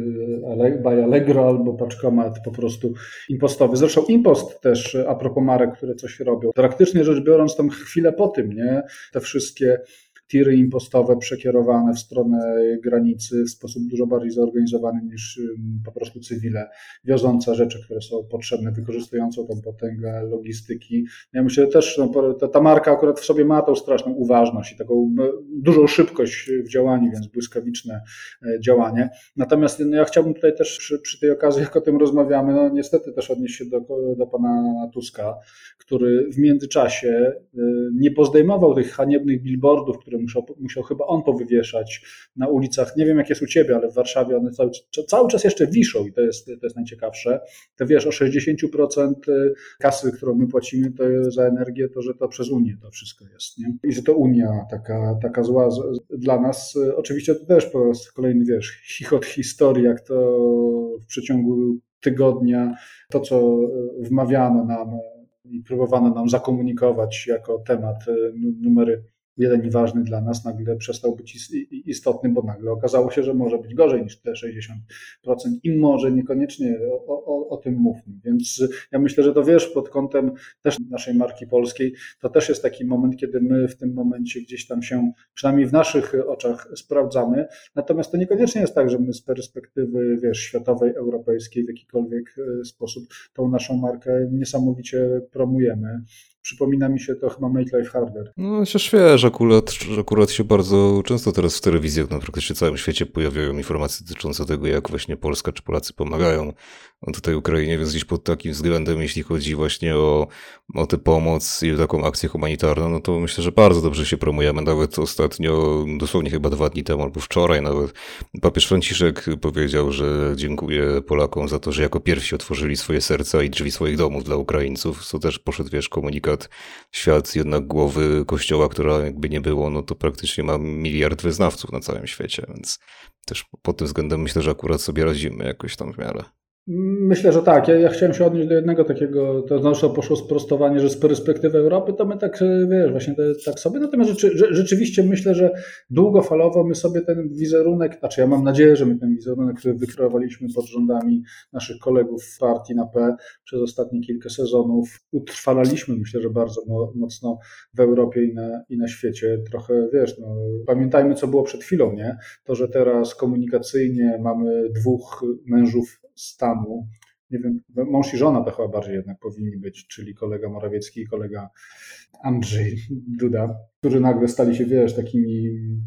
S2: by Allegro albo paczkomat po prostu impostowy. Zresztą impost też, a propos marek, które coś robią. Praktycznie rzecz biorąc, tam chwilę po tym, nie? Te wszystkie tiry impostowe przekierowane w stronę granicy w sposób dużo bardziej zorganizowany niż po prostu cywile, wiozące rzeczy, które są potrzebne, wykorzystującą tą potęgę logistyki. Ja myślę, że też no, ta, ta marka akurat w sobie ma tą straszną uważność i taką dużą szybkość w działaniu, więc błyskawiczne działanie. Natomiast no, ja chciałbym tutaj też przy, przy tej okazji, jak o tym rozmawiamy, no niestety też odnieść się do, do pana Tuska, który w międzyczasie nie pozdejmował tych haniebnych billboardów, które Musiał, musiał chyba on powywieszać na ulicach. Nie wiem, jak jest u ciebie, ale w Warszawie one cały, cały czas jeszcze wiszą i to jest, to jest najciekawsze. To wiesz, o sześćdziesiąt procent kasy, którą my płacimy to za energię, to że to przez Unię to wszystko jest. Nie? I że to Unia taka, taka zła z, dla nas. Oczywiście to też po raz kolejny, wiesz, chichot historii, jak to w przeciągu tygodnia to, co wmawiano nam i próbowano nam zakomunikować jako temat numery jeden i ważny dla nas, nagle przestał być istotny, bo nagle okazało się, że może być gorzej niż te sześćdziesiąt procent i może niekoniecznie o, o, o tym mówmy. Więc ja myślę, że to wiesz, pod kątem też naszej marki polskiej, to też jest taki moment, kiedy my w tym momencie gdzieś tam się, przynajmniej w naszych oczach sprawdzamy, natomiast to niekoniecznie jest tak, że my z perspektywy, wiesz, światowej, europejskiej w jakikolwiek sposób tą naszą markę niesamowicie promujemy. Przypomina mi się to chyba Make Life Harder.
S1: No się świeże, akurat, akurat się bardzo często teraz w telewizjach na praktycznie całym świecie pojawiają informacje dotyczące tego, jak właśnie Polska czy Polacy pomagają tutaj Ukrainie, więc gdzieś pod takim względem, jeśli chodzi właśnie o, o tę pomoc i taką akcję humanitarną, no to myślę, że bardzo dobrze się promujemy. Nawet ostatnio, dosłownie chyba dwa dni temu albo wczoraj nawet, papież Franciszek powiedział, że dziękuję Polakom za to, że jako pierwsi otworzyli swoje serca i drzwi swoich domów dla Ukraińców, co też poszedł, wiesz, komunikat świat jednak głowy kościoła, która jakby nie było, no to praktycznie ma miliard wyznawców na całym świecie, więc też pod tym względem myślę, że akurat sobie radzimy jakoś tam w miarę.
S2: Myślę, że tak. Ja, ja chciałem się odnieść do jednego takiego, to znowu poszło sprostowanie, że z perspektywy Europy to my tak, wiesz, właśnie to, tak sobie, natomiast rzeczy, że, rzeczywiście myślę, że długofalowo my sobie ten wizerunek, znaczy ja mam nadzieję, że my ten wizerunek, który wykreowaliśmy pod rządami naszych kolegów w partii na P przez ostatnie kilka sezonów, utrwalaliśmy, myślę, że bardzo mocno w Europie i na, i na świecie. Trochę, wiesz, no, pamiętajmy, co było przed chwilą, nie? To, że teraz komunikacyjnie mamy dwóch mężów stanu, nie wiem, mąż i żona to chyba bardziej jednak powinni być, czyli kolega Morawiecki i kolega Andrzej Duda, którzy nagle stali się, wiesz, takimi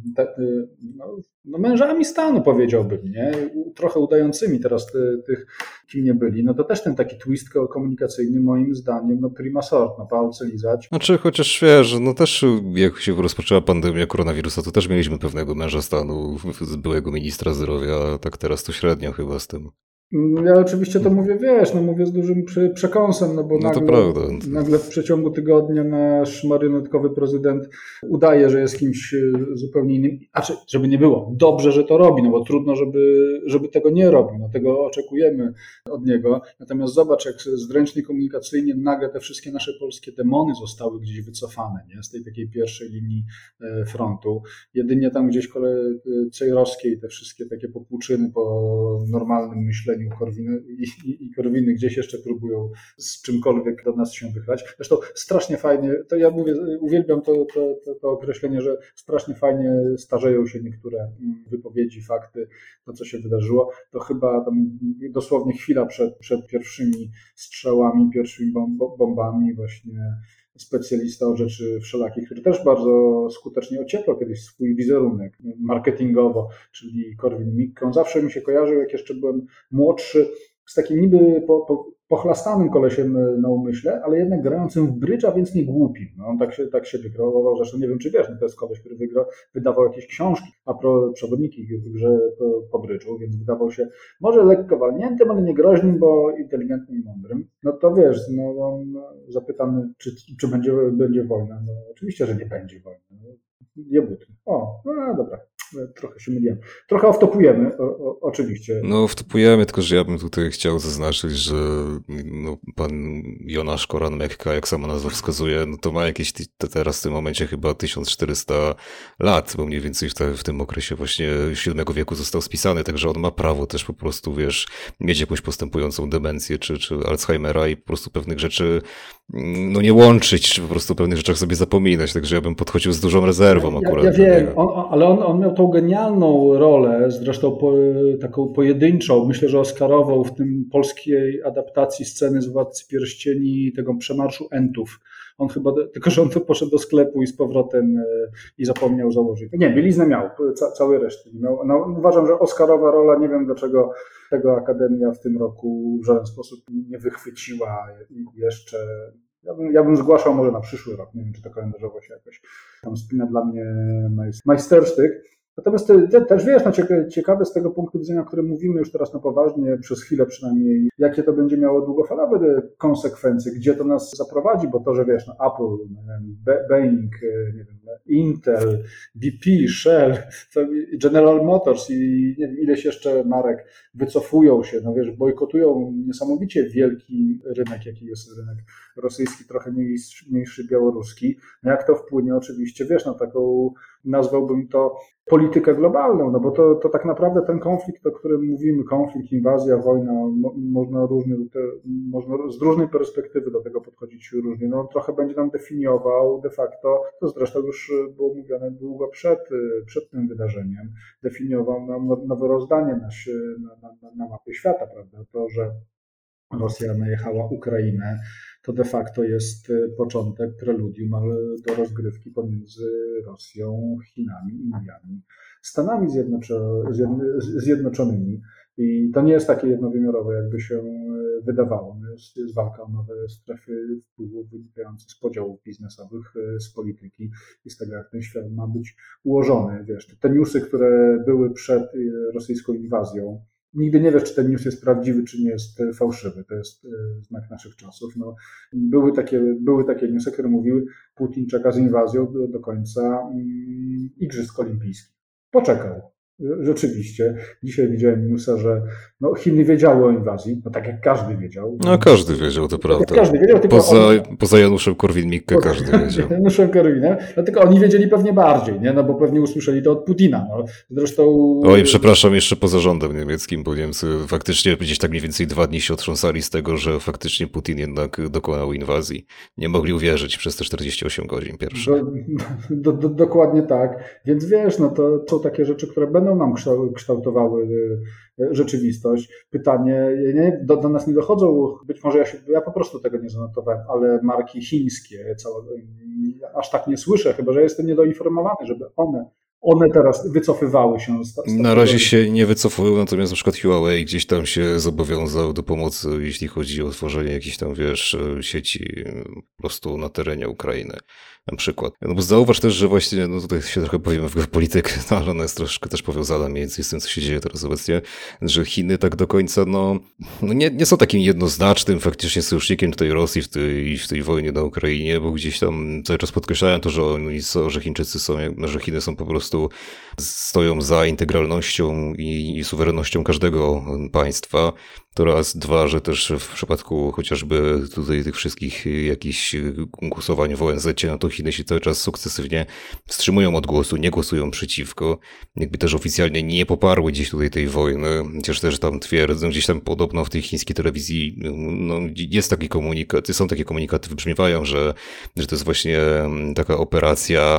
S2: no, no mężami stanu, powiedziałbym, nie? Trochę udającymi teraz ty, tych, kim nie byli. No to też ten taki twist komunikacyjny moim zdaniem, no prima sort, no palce lizać.
S1: Znaczy, chociaż wiesz, no też jak się rozpoczęła pandemia koronawirusa, to też mieliśmy pewnego męża stanu, byłego ministra zdrowia, a tak teraz to średnio chyba z tym.
S2: Ja oczywiście to mówię, wiesz, no mówię z dużym przekąsem, no bo
S1: no
S2: nagle, nagle w przeciągu tygodnia nasz marionetkowy prezydent udaje, że jest kimś zupełnie innym, a czy, żeby nie było, dobrze, że to robi, no bo trudno, żeby, żeby tego nie robił, no tego oczekujemy od niego, natomiast zobacz, jak zręcznie komunikacyjnie nagle te wszystkie nasze polskie demony zostały gdzieś wycofane, nie? Z tej takiej pierwszej linii frontu, jedynie tam gdzieś kolej Cejrowskiej te wszystkie takie popłuczyny po normalnym myśleniu Korwiny i, i, i Korwiny gdzieś jeszcze próbują z czymkolwiek do nas się wychlać. Zresztą strasznie fajnie, to ja mówię, uwielbiam to, to, to, to określenie, że strasznie fajnie starzeją się niektóre wypowiedzi, fakty, to co się wydarzyło. To chyba tam dosłownie chwila przed, przed pierwszymi strzałami, pierwszymi bombami właśnie specjalista od rzeczy wszelakich, który też bardzo skutecznie ocieplał kiedyś swój wizerunek marketingowo, czyli Korwin-Mikke. On zawsze mi się kojarzył, jak jeszcze byłem młodszy, z takim niby po, po, pochlastanym kolesiem na umyśle, ale jednak grającym w brydża, więc nie głupim. No, on tak się, tak się wykreował, zresztą nie wiem, czy wiesz, no to jest koleś, który wygrał, wydawał jakieś książki, a pro, przewodniki w grze po, po brydżu, więc wydawał się może lekko walniętym, ale nie groźnym, bo inteligentnym i mądrym. No to wiesz, no, on zapytany, czy, czy będzie, będzie wojna. No oczywiście, że nie będzie wojny. No, nie buty. O, no dobra. Trochę się myliłem. Trochę oftopujemy, o, o, oczywiście.
S1: No wtopujemy, tylko że ja bym tutaj chciał zaznaczyć, że no, pan Jonasz Koran-Mekka, jak sama nazwa wskazuje, no to ma jakieś t- teraz w tym momencie chyba tysiąc czterysta lat, bo mniej więcej w, te, w tym okresie właśnie siódmego wieku został spisany, także on ma prawo też po prostu, wiesz, mieć jakąś postępującą demencję czy, czy Alzheimera i po prostu pewnych rzeczy no nie łączyć, czy po prostu o pewnych rzeczach sobie zapominać, także ja bym podchodził z dużą rezerwą
S2: ja,
S1: akurat.
S2: Ja, ja wiem, on, on, ale on, on miał tą genialną rolę, zresztą po, taką pojedynczą, myślę, że oscarową w tym polskiej adaptacji sceny z Władcy Pierścieni, tego przemarszu Entów. On chyba, tylko że on to poszedł do sklepu i z powrotem i zapomniał założyć. Nie, bieliznę miał, ca, całej reszty nie miał. No, uważam, że oscarowa rola, nie wiem dlaczego tego Akademia w tym roku w żaden sposób nie wychwyciła jeszcze. Ja bym, ja bym zgłaszał może na przyszły rok, nie wiem, czy to kalendarzowo się jakoś tam spina, dla mnie majstersztyk. Natomiast ty, ty też wiesz, no ciekawe z tego punktu widzenia, o którym mówimy już teraz na poważnie, przez chwilę przynajmniej, jakie to będzie miało długofalowe konsekwencje, gdzie to nas zaprowadzi, bo to, że wiesz, no Apple, Boeing, nie wiem, Intel, B P, Shell, General Motors i nie wiem, ileś jeszcze marek wycofują się, no wiesz, bojkotują niesamowicie wielki rynek, jaki jest rynek rosyjski, trochę mniejszy, mniejszy białoruski. No jak to wpłynie oczywiście, wiesz, na taką, nazwałbym to politykę globalną, no bo to, to tak naprawdę ten konflikt, o którym mówimy, konflikt, inwazja, wojna, mo, można różnie, te, można z różnej perspektywy do tego podchodzić różnie. No on trochę będzie nam definiował de facto, to zresztą już było mówione długo przed, przed tym wydarzeniem, definiował nam nowe rozdanie na, na, na, na mapie świata, prawda? To, że Rosja najechała Ukrainę, to de facto jest początek preludium do rozgrywki pomiędzy Rosją, Chinami, Indiami, Stanami Zjednoczonymi. I to nie jest takie jednowymiarowe, jakby się wydawało. Jest, jest walka o nowe strefy wpływów wynikające z podziałów biznesowych, z polityki i z tego, jak ten świat ma być ułożony. Wiesz, te newsy, które były przed rosyjską inwazją, nigdy nie wiesz, czy ten news jest prawdziwy, czy nie jest fałszywy. To jest znak naszych czasów. No, były takie, były takie newsy, które mówiły, Putin czeka z inwazją do, do końca um, Igrzysk Olimpijskich. Poczekał. Rzeczywiście. Dzisiaj widziałem newsa, że no, Chiny wiedziały o inwazji, no tak jak każdy wiedział.
S1: No każdy wiedział, to prawda.
S2: Tak każdy wiedział, tylko
S1: poza,
S2: on...
S1: poza Januszem Korwin-Mikke każdy wiedział.
S2: Januszem Korwinem, no tylko oni wiedzieli pewnie bardziej, nie? No bo pewnie usłyszeli to od Putina. No. Zresztą...
S1: Oj, przepraszam, jeszcze poza rządem niemieckim, bo Niemcy faktycznie gdzieś tak mniej więcej dwa dni się otrząsali z tego, że faktycznie Putin jednak dokonał inwazji. Nie mogli uwierzyć przez te czterdzieści osiem godzin pierwsze.
S2: Do, do, do, dokładnie tak. Więc wiesz, no to są takie rzeczy, które będą nam kształtowały rzeczywistość. Pytanie, nie, do, do nas nie dochodzą, być może ja, się, ja po prostu tego nie zanotowałem, ale marki chińskie, całe, aż tak nie słyszę, chyba że jestem niedoinformowany, żeby one One teraz wycofywały się z, z
S1: Na razie się nie wycofują, natomiast na przykład Huawei gdzieś tam się zobowiązał do pomocy, jeśli chodzi o tworzenie jakichś tam, wiesz, sieci po prostu na terenie Ukrainy. Na przykład. No bo zauważ też, że właśnie, no tutaj się trochę powiemy w politykę, no ale ona jest troszkę też powiązana mniej więcej z tym, co się dzieje teraz obecnie, że Chiny tak do końca, no, no nie, nie są takim jednoznacznym faktycznie sojusznikiem tutaj Rosji w tej, w tej wojnie na Ukrainie, bo gdzieś tam cały czas podkreślają to, że oni są, że Chińczycy są, że Chiny są po prostu, stoją za integralnością i, i suwerennością każdego państwa. To raz, dwa, że też w przypadku chociażby tutaj tych wszystkich jakichś głosowań w O N Z-cie, no to Chiny się cały czas sukcesywnie wstrzymują od głosu, nie głosują przeciwko. Jakby też oficjalnie nie poparły gdzieś tutaj tej wojny, chociaż też tam twierdzą, gdzieś tam podobno w tej chińskiej telewizji no, jest taki komunikat, są takie komunikaty, wybrzmiewają, że, że to jest właśnie taka operacja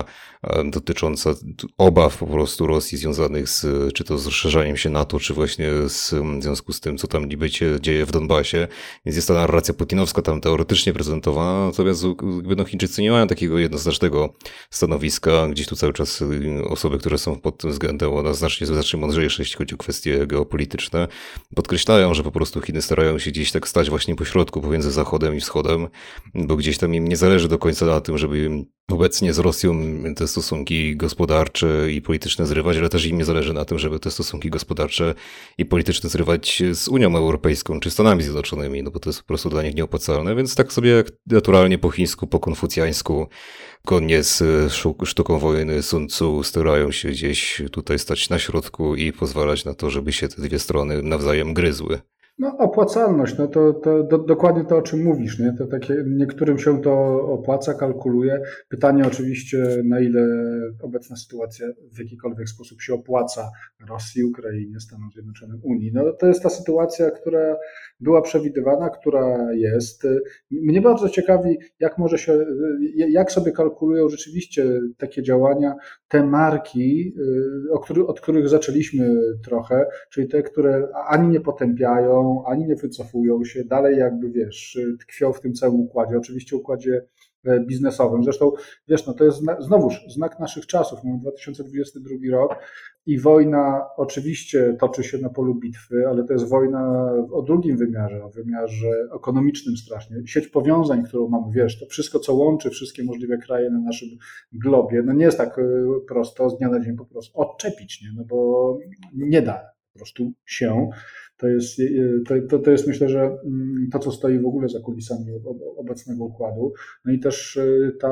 S1: dotycząca obaw po prostu Rosji związanych z, czy to z rozszerzaniem się NATO, czy właśnie z, w związku z tym, co tam niby się dzieje w Donbasie. Więc jest ta narracja putinowska tam teoretycznie prezentowana, natomiast no, Chińczycy nie mają takiego jednoznacznego stanowiska. Gdzieś tu cały czas osoby, które są pod tym względem o nas znacznie, znacznie mądrzejsze, jeśli chodzi o kwestie geopolityczne, podkreślają, że po prostu Chiny starają się gdzieś tak stać właśnie po środku pomiędzy Zachodem i Wschodem, bo gdzieś tam im nie zależy do końca na tym, żeby obecnie z Rosją te stosunki gospodarcze i polityczne zrywać, ale też im nie zależy na tym, żeby te stosunki gospodarcze i polityczne zrywać z Unią Europejską czy Stanami Zjednoczonymi, no bo to jest po prostu dla nich nieopłacalne, więc tak sobie naturalnie po chińsku, po konfucjańsku, zgodnie z sztuką wojny Sun Tzu starają się gdzieś tutaj stać na środku i pozwalać na to, żeby się te dwie strony nawzajem gryzły.
S2: No opłacalność, no to, to do, dokładnie to, o czym mówisz, nie? To takie, niektórym się to opłaca, kalkuluje. Pytanie oczywiście, na ile obecna sytuacja w jakikolwiek sposób się opłaca Rosji, Ukrainie, Stanom Zjednoczonym, Unii. No to jest ta sytuacja, która była przewidywana, która jest. Mnie bardzo ciekawi, jak może się, jak sobie kalkulują rzeczywiście takie działania, te marki, o który, od których zaczęliśmy trochę, czyli te, które ani nie potępiają, ani nie wycofują się, dalej jakby, wiesz, tkwią w tym całym układzie, oczywiście układzie biznesowym. Zresztą, wiesz, no to jest znowuż znak naszych czasów. Mamy dwa tysiące dwudziesty drugi rok i wojna oczywiście toczy się na polu bitwy, ale to jest wojna o drugim wymiarze, o wymiarze ekonomicznym strasznie. Sieć powiązań, którą mamy, wiesz, to wszystko, co łączy wszystkie możliwe kraje na naszym globie, no nie jest tak prosto z dnia na dzień po prostu odczepić, nie? No bo nie da po prostu się. To jest, to, to jest myślę, że to, co stoi w ogóle za kulisami obecnego układu. No i też ta,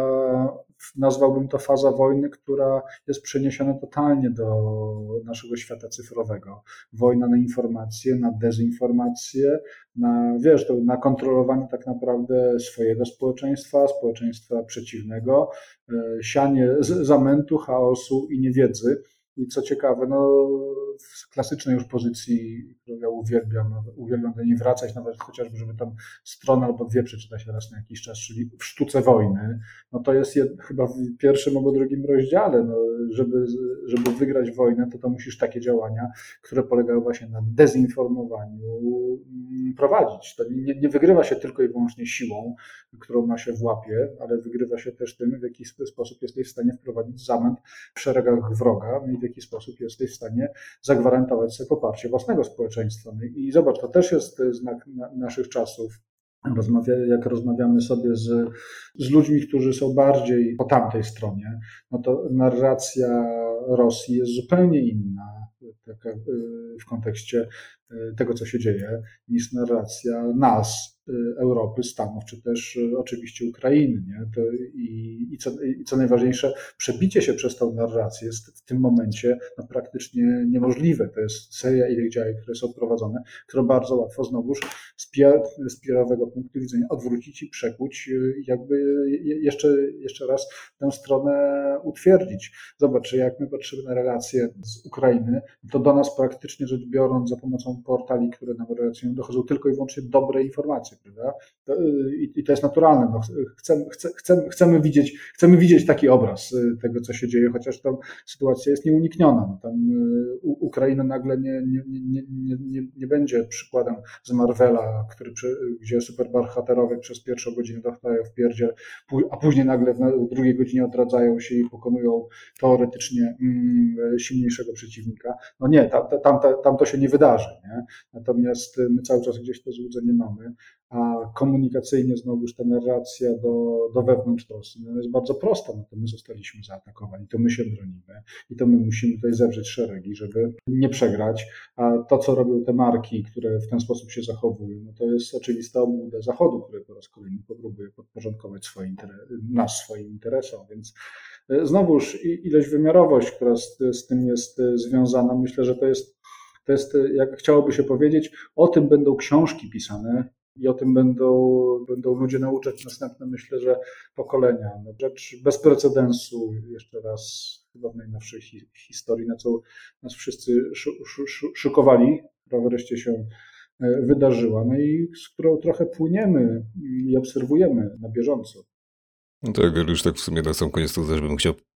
S2: nazwałbym to faza wojny, która jest przeniesiona totalnie do naszego świata cyfrowego. Wojna na informacje, na dezinformację, na, wiesz, to na kontrolowanie tak naprawdę swojego społeczeństwa, społeczeństwa przeciwnego, sianie zamętu, chaosu i niewiedzy. I co ciekawe, no w klasycznej już pozycji, którą ja uwielbiam, uwielbiam do niej wracać, nawet chociażby, żeby tam stronę albo dwie przeczytać raz na jakiś czas, czyli w sztuce wojny, no to jest jed, chyba w pierwszym albo drugim rozdziale, no, żeby, żeby wygrać wojnę, to to musisz takie działania, które polegają właśnie na dezinformowaniu, prowadzić. To nie, nie wygrywa się tylko i wyłącznie siłą, którą ma się w łapie, ale wygrywa się też tym, w jaki sposób jesteś w stanie wprowadzić zamęt w szeregach wroga, no i w jaki sposób jesteś w stanie zagwarantować sobie poparcie własnego społeczeństwa. No i zobacz, to też jest znak naszych czasów. Rozmawia, jak rozmawiamy sobie z, z ludźmi, którzy są bardziej po tamtej stronie, no to narracja Rosji jest zupełnie inna taka, w kontekście tego, co się dzieje, niż narracja nas, Europy, Stanów, czy też oczywiście Ukrainy. Nie? To i, i, co, I co najważniejsze, przebicie się przez tą narrację jest w tym momencie no, praktycznie niemożliwe. To jest seria ileś działań, które są prowadzone, które bardzo łatwo znowuż z P R-owego punktu widzenia odwrócić i przekuć, jakby jeszcze, jeszcze raz tę stronę utwierdzić. Zobacz, jak my patrzymy na relacje z Ukrainy, to do nas praktycznie rzecz biorąc za pomocą portali, które nam relacjonują, dochodzą tylko i wyłącznie dobre informacje, prawda? To, i, I to jest naturalne. No, chcemy, chcemy, chcemy, widzieć, chcemy widzieć taki obraz tego, co się dzieje, chociaż tam sytuacja jest nieunikniona. No, tam u, Ukraina nagle nie, nie, nie, nie, nie, nie będzie przykładem z Marvela, który, gdzie superbohaterowie przez pierwszą godzinę dostają w pierdziel, a później nagle w, w drugiej godzinie odradzają się i pokonują teoretycznie mm, silniejszego przeciwnika. No nie, tam, tam, tam to się nie wydarzy. Nie? Natomiast my cały czas gdzieś to złudzenie mamy, a komunikacyjnie znowuż ta narracja do, do wewnątrz Rosji no jest bardzo prosta. No to my zostaliśmy zaatakowani, to my się bronimy i to my musimy tutaj zewrzeć szeregi, żeby nie przegrać. A to, co robią te marki, które w ten sposób się zachowują, no to jest oczywista obłuda Zachodu, który po raz kolejny próbuje podporządkować swoje interes, nas swoim interesom. Więc znowuż ilość wymiarowość, która z, z tym jest związana, myślę, że to jest, to jest, jak chciałoby się powiedzieć, o tym będą książki pisane i o tym będą, będą ludzie nauczać następne, myślę, że pokolenia. No, rzecz bez precedensu, jeszcze raz chyba w najnowszej hi, historii, na co nas wszyscy szykowali, która wreszcie się wydarzyła, no i z którą trochę płyniemy i obserwujemy na bieżąco.
S1: No tak, ale już tak w sumie na sam koniec to też bym chciał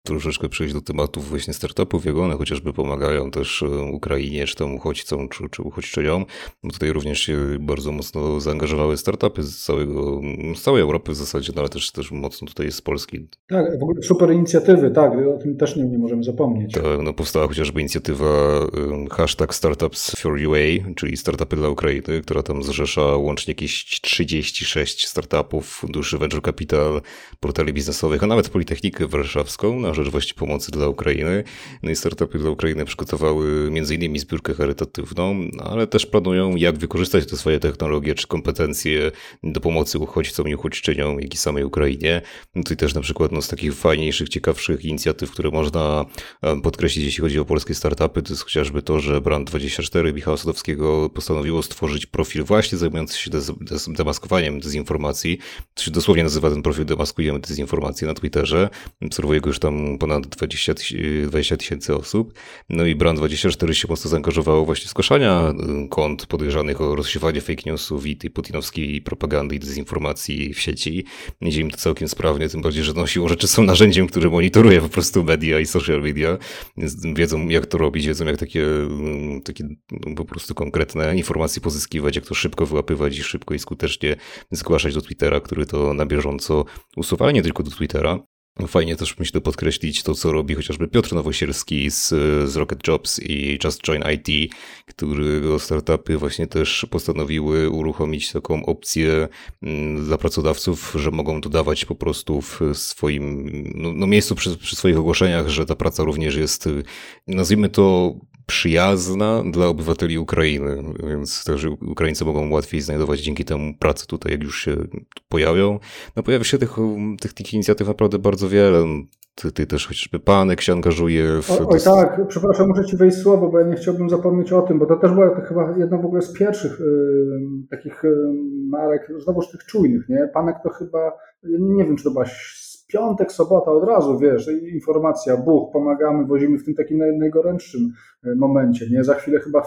S1: troszeczkę przejść do tematów właśnie startupów, jak one chociażby pomagają też Ukrainie, czy tam uchodźcom, czy, czy uchodźczyniom. Bo tutaj również się bardzo mocno zaangażowały startupy z całego, z całej Europy w zasadzie, no ale też, też mocno tutaj z Polski.
S2: Tak, w ogóle super inicjatywy, tak, o tym też nie, nie możemy zapomnieć.
S1: Tak, no powstała chociażby inicjatywa um, hashtag Startups for U A, czyli startupy dla Ukrainy, która tam zrzesza łącznie jakieś trzydzieści sześć startupów, funduszy venture capital, portali biznesowych, a nawet Politechnikę Warszawską na rzecz właśnie pomocy dla Ukrainy. No i startupy dla Ukrainy przygotowały między innymi zbiórkę charytatywną, ale też planują, jak wykorzystać te swoje technologie czy kompetencje do pomocy uchodźcom i uchodźczyniom, jak i samej Ukrainie. No tutaj też na przykład no, z takich fajniejszych, ciekawszych inicjatyw, które można podkreślić, jeśli chodzi o polskie startupy, to jest chociażby to, że Brand dwadzieścia cztery Michała Sadowskiego postanowiło stworzyć profil właśnie zajmujący się dez- dez- demaskowaniem dezinformacji. To się dosłownie nazywa ten profil Demaskujemy dezinformację na Twitterze. Obserwuje go już tam ponad dwadzieścia tysięcy osób. No i Brand dwadzieścia cztery się mocno zaangażowało właśnie w zgłaszania kont podejrzanych o rozsiewanie fake newsów i tej putinowskiej propagandy i dezinformacji w sieci. Idzie im to całkiem sprawnie, tym bardziej, że no siłą rzeczy są narzędziem, które monitoruje po prostu media i social media. Więc wiedzą, jak to robić, wiedzą, jak takie, takie po prostu konkretne informacje pozyskiwać, jak to szybko wyłapywać i szybko i skutecznie zgłaszać do Twittera, który to na bieżąco usuwa, nie tylko do Twittera. Fajnie też myślę podkreślić to, co robi chociażby Piotr Nowosierski z, z Rocket Jobs i Just Join I T, którego startupy właśnie też postanowiły uruchomić taką opcję dla pracodawców, że mogą dodawać po prostu w swoim no, no miejscu przy, przy swoich ogłoszeniach, że ta praca również jest, nazwijmy to, przyjazna dla obywateli Ukrainy, więc też Ukraińcy mogą łatwiej znajdować dzięki temu pracę tutaj, jak już się pojawią. No pojawia się tych, tych, tych inicjatyw naprawdę bardzo wiele. Ty, ty też chociażby Panek się angażuje w...
S2: O, oj tak, przepraszam, muszę ci wejść słowo, bo ja nie chciałbym zapomnieć o tym, bo to też była to chyba jedna w ogóle z pierwszych y, takich y, marek, znowuż tych czujnych, nie? Panek to chyba, ja nie, nie wiem, czy to była piątek, sobota, od razu, wiesz, informacja, buch, pomagamy, wozimy w tym takim najgorętszym momencie, nie? Za chwilę chyba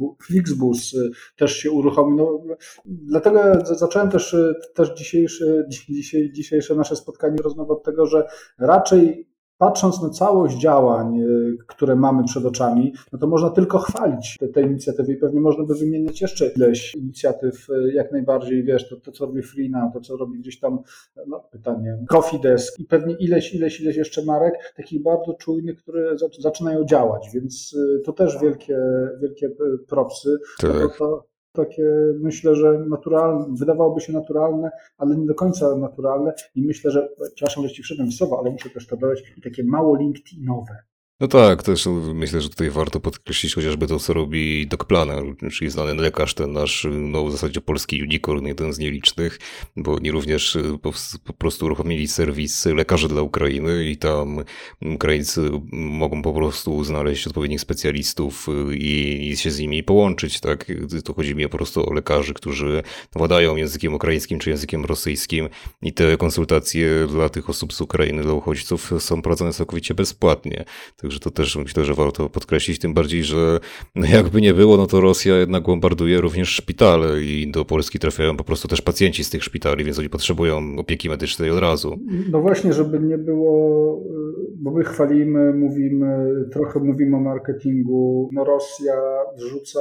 S2: Flixbus też się uruchomi. No, dlatego zacząłem też, też dzisiejsze, dzisiaj, dzisiejsze nasze spotkanie, rozmowę od tego, że raczej patrząc na całość działań, które mamy przed oczami, no to można tylko chwalić te, te inicjatywy i pewnie można by wymieniać jeszcze ileś inicjatyw, jak najbardziej, wiesz, to, to co robi Freena, to co robi gdzieś tam, no pytanie, Coffee Desk i pewnie ileś, ileś, ileś jeszcze marek, takich bardzo czujnych, które zaczynają działać, więc to też wielkie, wielkie propsy.
S1: Tak.
S2: To, to, takie, myślę, że naturalne, wydawałoby się naturalne, ale nie do końca naturalne i myślę, że, przepraszam, że ci wszedłem w słowo, ale muszę też to dodać, i takie mało LinkedInowe.
S1: No tak, też myślę, że tutaj warto podkreślić chociażby to, co robi Doc Planner, czyli znany lekarz, ten nasz, no w zasadzie polski unicorn, jeden z nielicznych, bo oni również po, po prostu uruchomili serwis Lekarzy dla Ukrainy i tam Ukraińcy mogą po prostu znaleźć odpowiednich specjalistów i, i się z nimi połączyć, tak? To chodzi mi po prostu o lekarzy, którzy władają językiem ukraińskim czy językiem rosyjskim i te konsultacje dla tych osób z Ukrainy, dla uchodźców są prowadzone całkowicie bezpłatnie. Także to też myślę, że warto podkreślić, tym bardziej, że jakby nie było, no to Rosja jednak bombarduje również szpitale i do Polski trafiają po prostu też pacjenci z tych szpitali, więc oni potrzebują opieki medycznej od razu.
S2: No właśnie, żeby nie było, bo my chwalimy, mówimy, trochę mówimy o marketingu, no Rosja wrzuca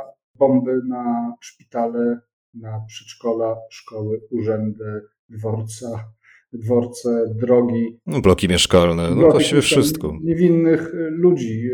S2: bomby na szpitale, na przedszkola, szkoły, urzędy, dworca, dworce, drogi.
S1: No, bloki mieszkalne, no właściwie wszystko.
S2: Niewinnych ludzi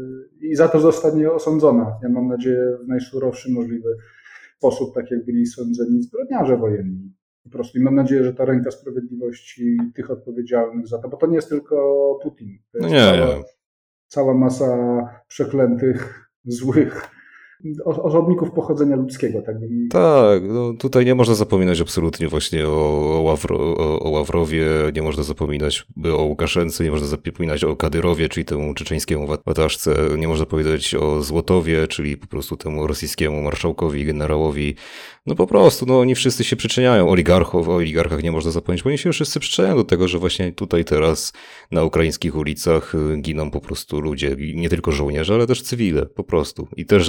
S2: i za to zostanie osądzona. Ja mam nadzieję w najsurowszy możliwy sposób, tak jak byli sądzeni zbrodniarze wojenni. Po prostu i mam nadzieję, że ta ręka sprawiedliwości tych odpowiedzialnych za to, bo to nie jest tylko Putin. To jest
S1: no nie,
S2: cała,
S1: nie.
S2: cała masa przeklętych, złych osobników pochodzenia ludzkiego. Tak, bym...
S1: tak, no tutaj nie można zapominać absolutnie właśnie o, o, Ławro, o, o Ławrowie, nie można zapominać o Łukaszence, nie można zapominać o Kadyrowie, czyli temu czeczeńskiemu wataszce, nie można powiedzieć o Złotowie, czyli po prostu temu rosyjskiemu marszałkowi, generałowi. No po prostu, no oni wszyscy się przyczyniają. Oligarchów, o oligarchach nie można zapomnieć, bo oni się wszyscy przyczyniają do tego, że właśnie tutaj teraz na ukraińskich ulicach giną po prostu ludzie, nie tylko żołnierze, ale też cywile, po prostu. I też nawet giną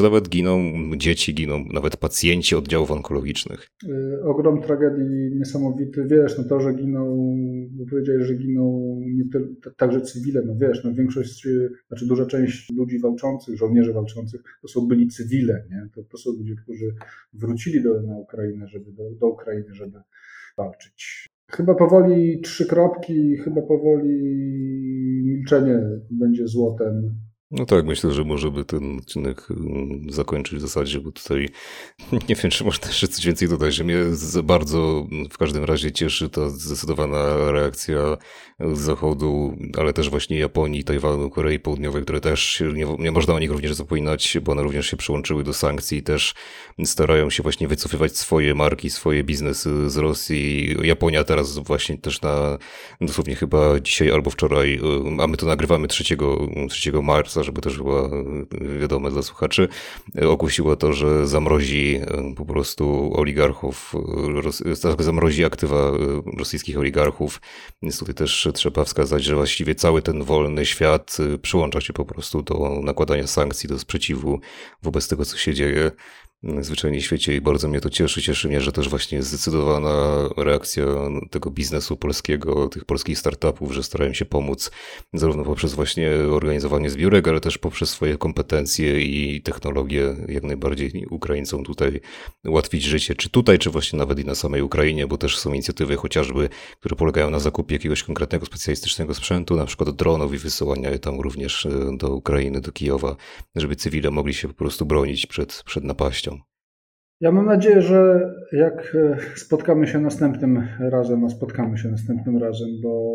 S1: giną, dzieci giną, nawet pacjenci oddziałów onkologicznych.
S2: Ogrom tragedii niesamowity. Wiesz, no to, że giną, bo powiedziałeś, że giną nie tylko, także cywile, no wiesz, no większość, znaczy duża część ludzi walczących, żołnierzy walczących, to są byli cywile, nie? To, to są ludzie, którzy wrócili do, na Ukrainę, żeby, do, do Ukrainy, żeby walczyć. Chyba powoli trzy kropki, chyba powoli milczenie będzie złotem.
S1: No tak, myślę, że może by ten odcinek zakończyć w zasadzie, bo tutaj nie wiem, czy można jeszcze coś więcej dodać, że mnie bardzo w każdym razie cieszy ta zdecydowana reakcja z Zachodu, ale też właśnie Japonii, Tajwanu, Korei Południowej, które też nie, nie można o nich również zapominać, bo one również się przyłączyły do sankcji i też starają się właśnie wycofywać swoje marki, swoje biznesy z Rosji. Japonia teraz właśnie też na dosłownie chyba dzisiaj albo wczoraj, a my to nagrywamy trzeciego marca, żeby też była wiadome dla słuchaczy, ogłosiła to, że zamrozi po prostu oligarchów, zamrozi aktywa rosyjskich oligarchów. Więc tutaj też trzeba wskazać, że właściwie cały ten wolny świat przyłącza się po prostu do nakładania sankcji, do sprzeciwu wobec tego, co się dzieje zwyczajnie w świecie i bardzo mnie to cieszy. Cieszy mnie, że też właśnie jest zdecydowana reakcja tego biznesu polskiego, tych polskich startupów, że starają się pomóc zarówno poprzez właśnie organizowanie zbiórek, ale też poprzez swoje kompetencje i technologie jak najbardziej Ukraińcom tutaj ułatwić życie, czy tutaj, czy właśnie nawet i na samej Ukrainie, bo też są inicjatywy chociażby, które polegają na zakupie jakiegoś konkretnego specjalistycznego sprzętu, na przykład dronów i wysyłania je tam również do Ukrainy, do Kijowa, żeby cywile mogli się po prostu bronić przed, przed napaścią.
S2: Ja mam nadzieję, że jak spotkamy się następnym razem, a spotkamy się następnym razem, bo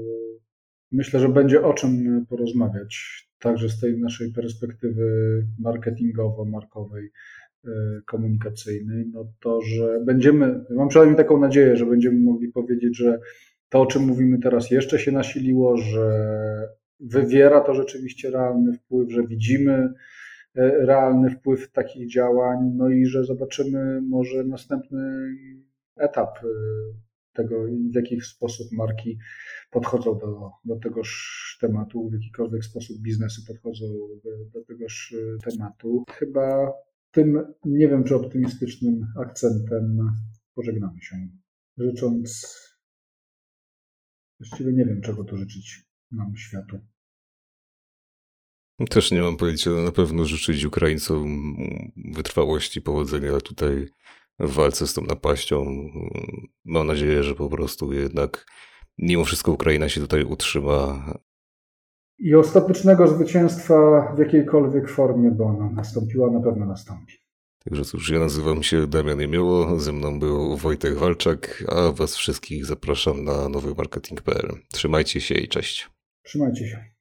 S2: myślę, że będzie o czym porozmawiać, także z tej naszej perspektywy marketingowo-markowej, komunikacyjnej, no to, że będziemy, mam przynajmniej taką nadzieję, że będziemy mogli powiedzieć, że to, o czym mówimy teraz, jeszcze się nasiliło, że wywiera to rzeczywiście realny wpływ, że widzimy realny wpływ takich działań, no i że zobaczymy może następny etap tego, w jaki sposób marki podchodzą do, do tegoż tematu, w jakikolwiek sposób biznesy podchodzą do, do tegoż tematu. Chyba tym, nie wiem czy optymistycznym akcentem pożegnamy się, życząc, właściwie nie wiem czego tu życzyć nam światu.
S1: Też nie mam pojęcia, na pewno życzyć Ukraińcom wytrwałości, powodzenia tutaj w walce z tą napaścią. Mam nadzieję, że po prostu jednak mimo wszystko Ukraina się tutaj utrzyma.
S2: I ostatecznego zwycięstwa w jakiejkolwiek formie, bo ona nastąpiła, na pewno nastąpi.
S1: Także cóż, ja nazywam się Damian Jemioło, ze mną był Wojtek Walczak, a was wszystkich zapraszam na nowy marketing kropka p l. Trzymajcie się i cześć.
S2: Trzymajcie się.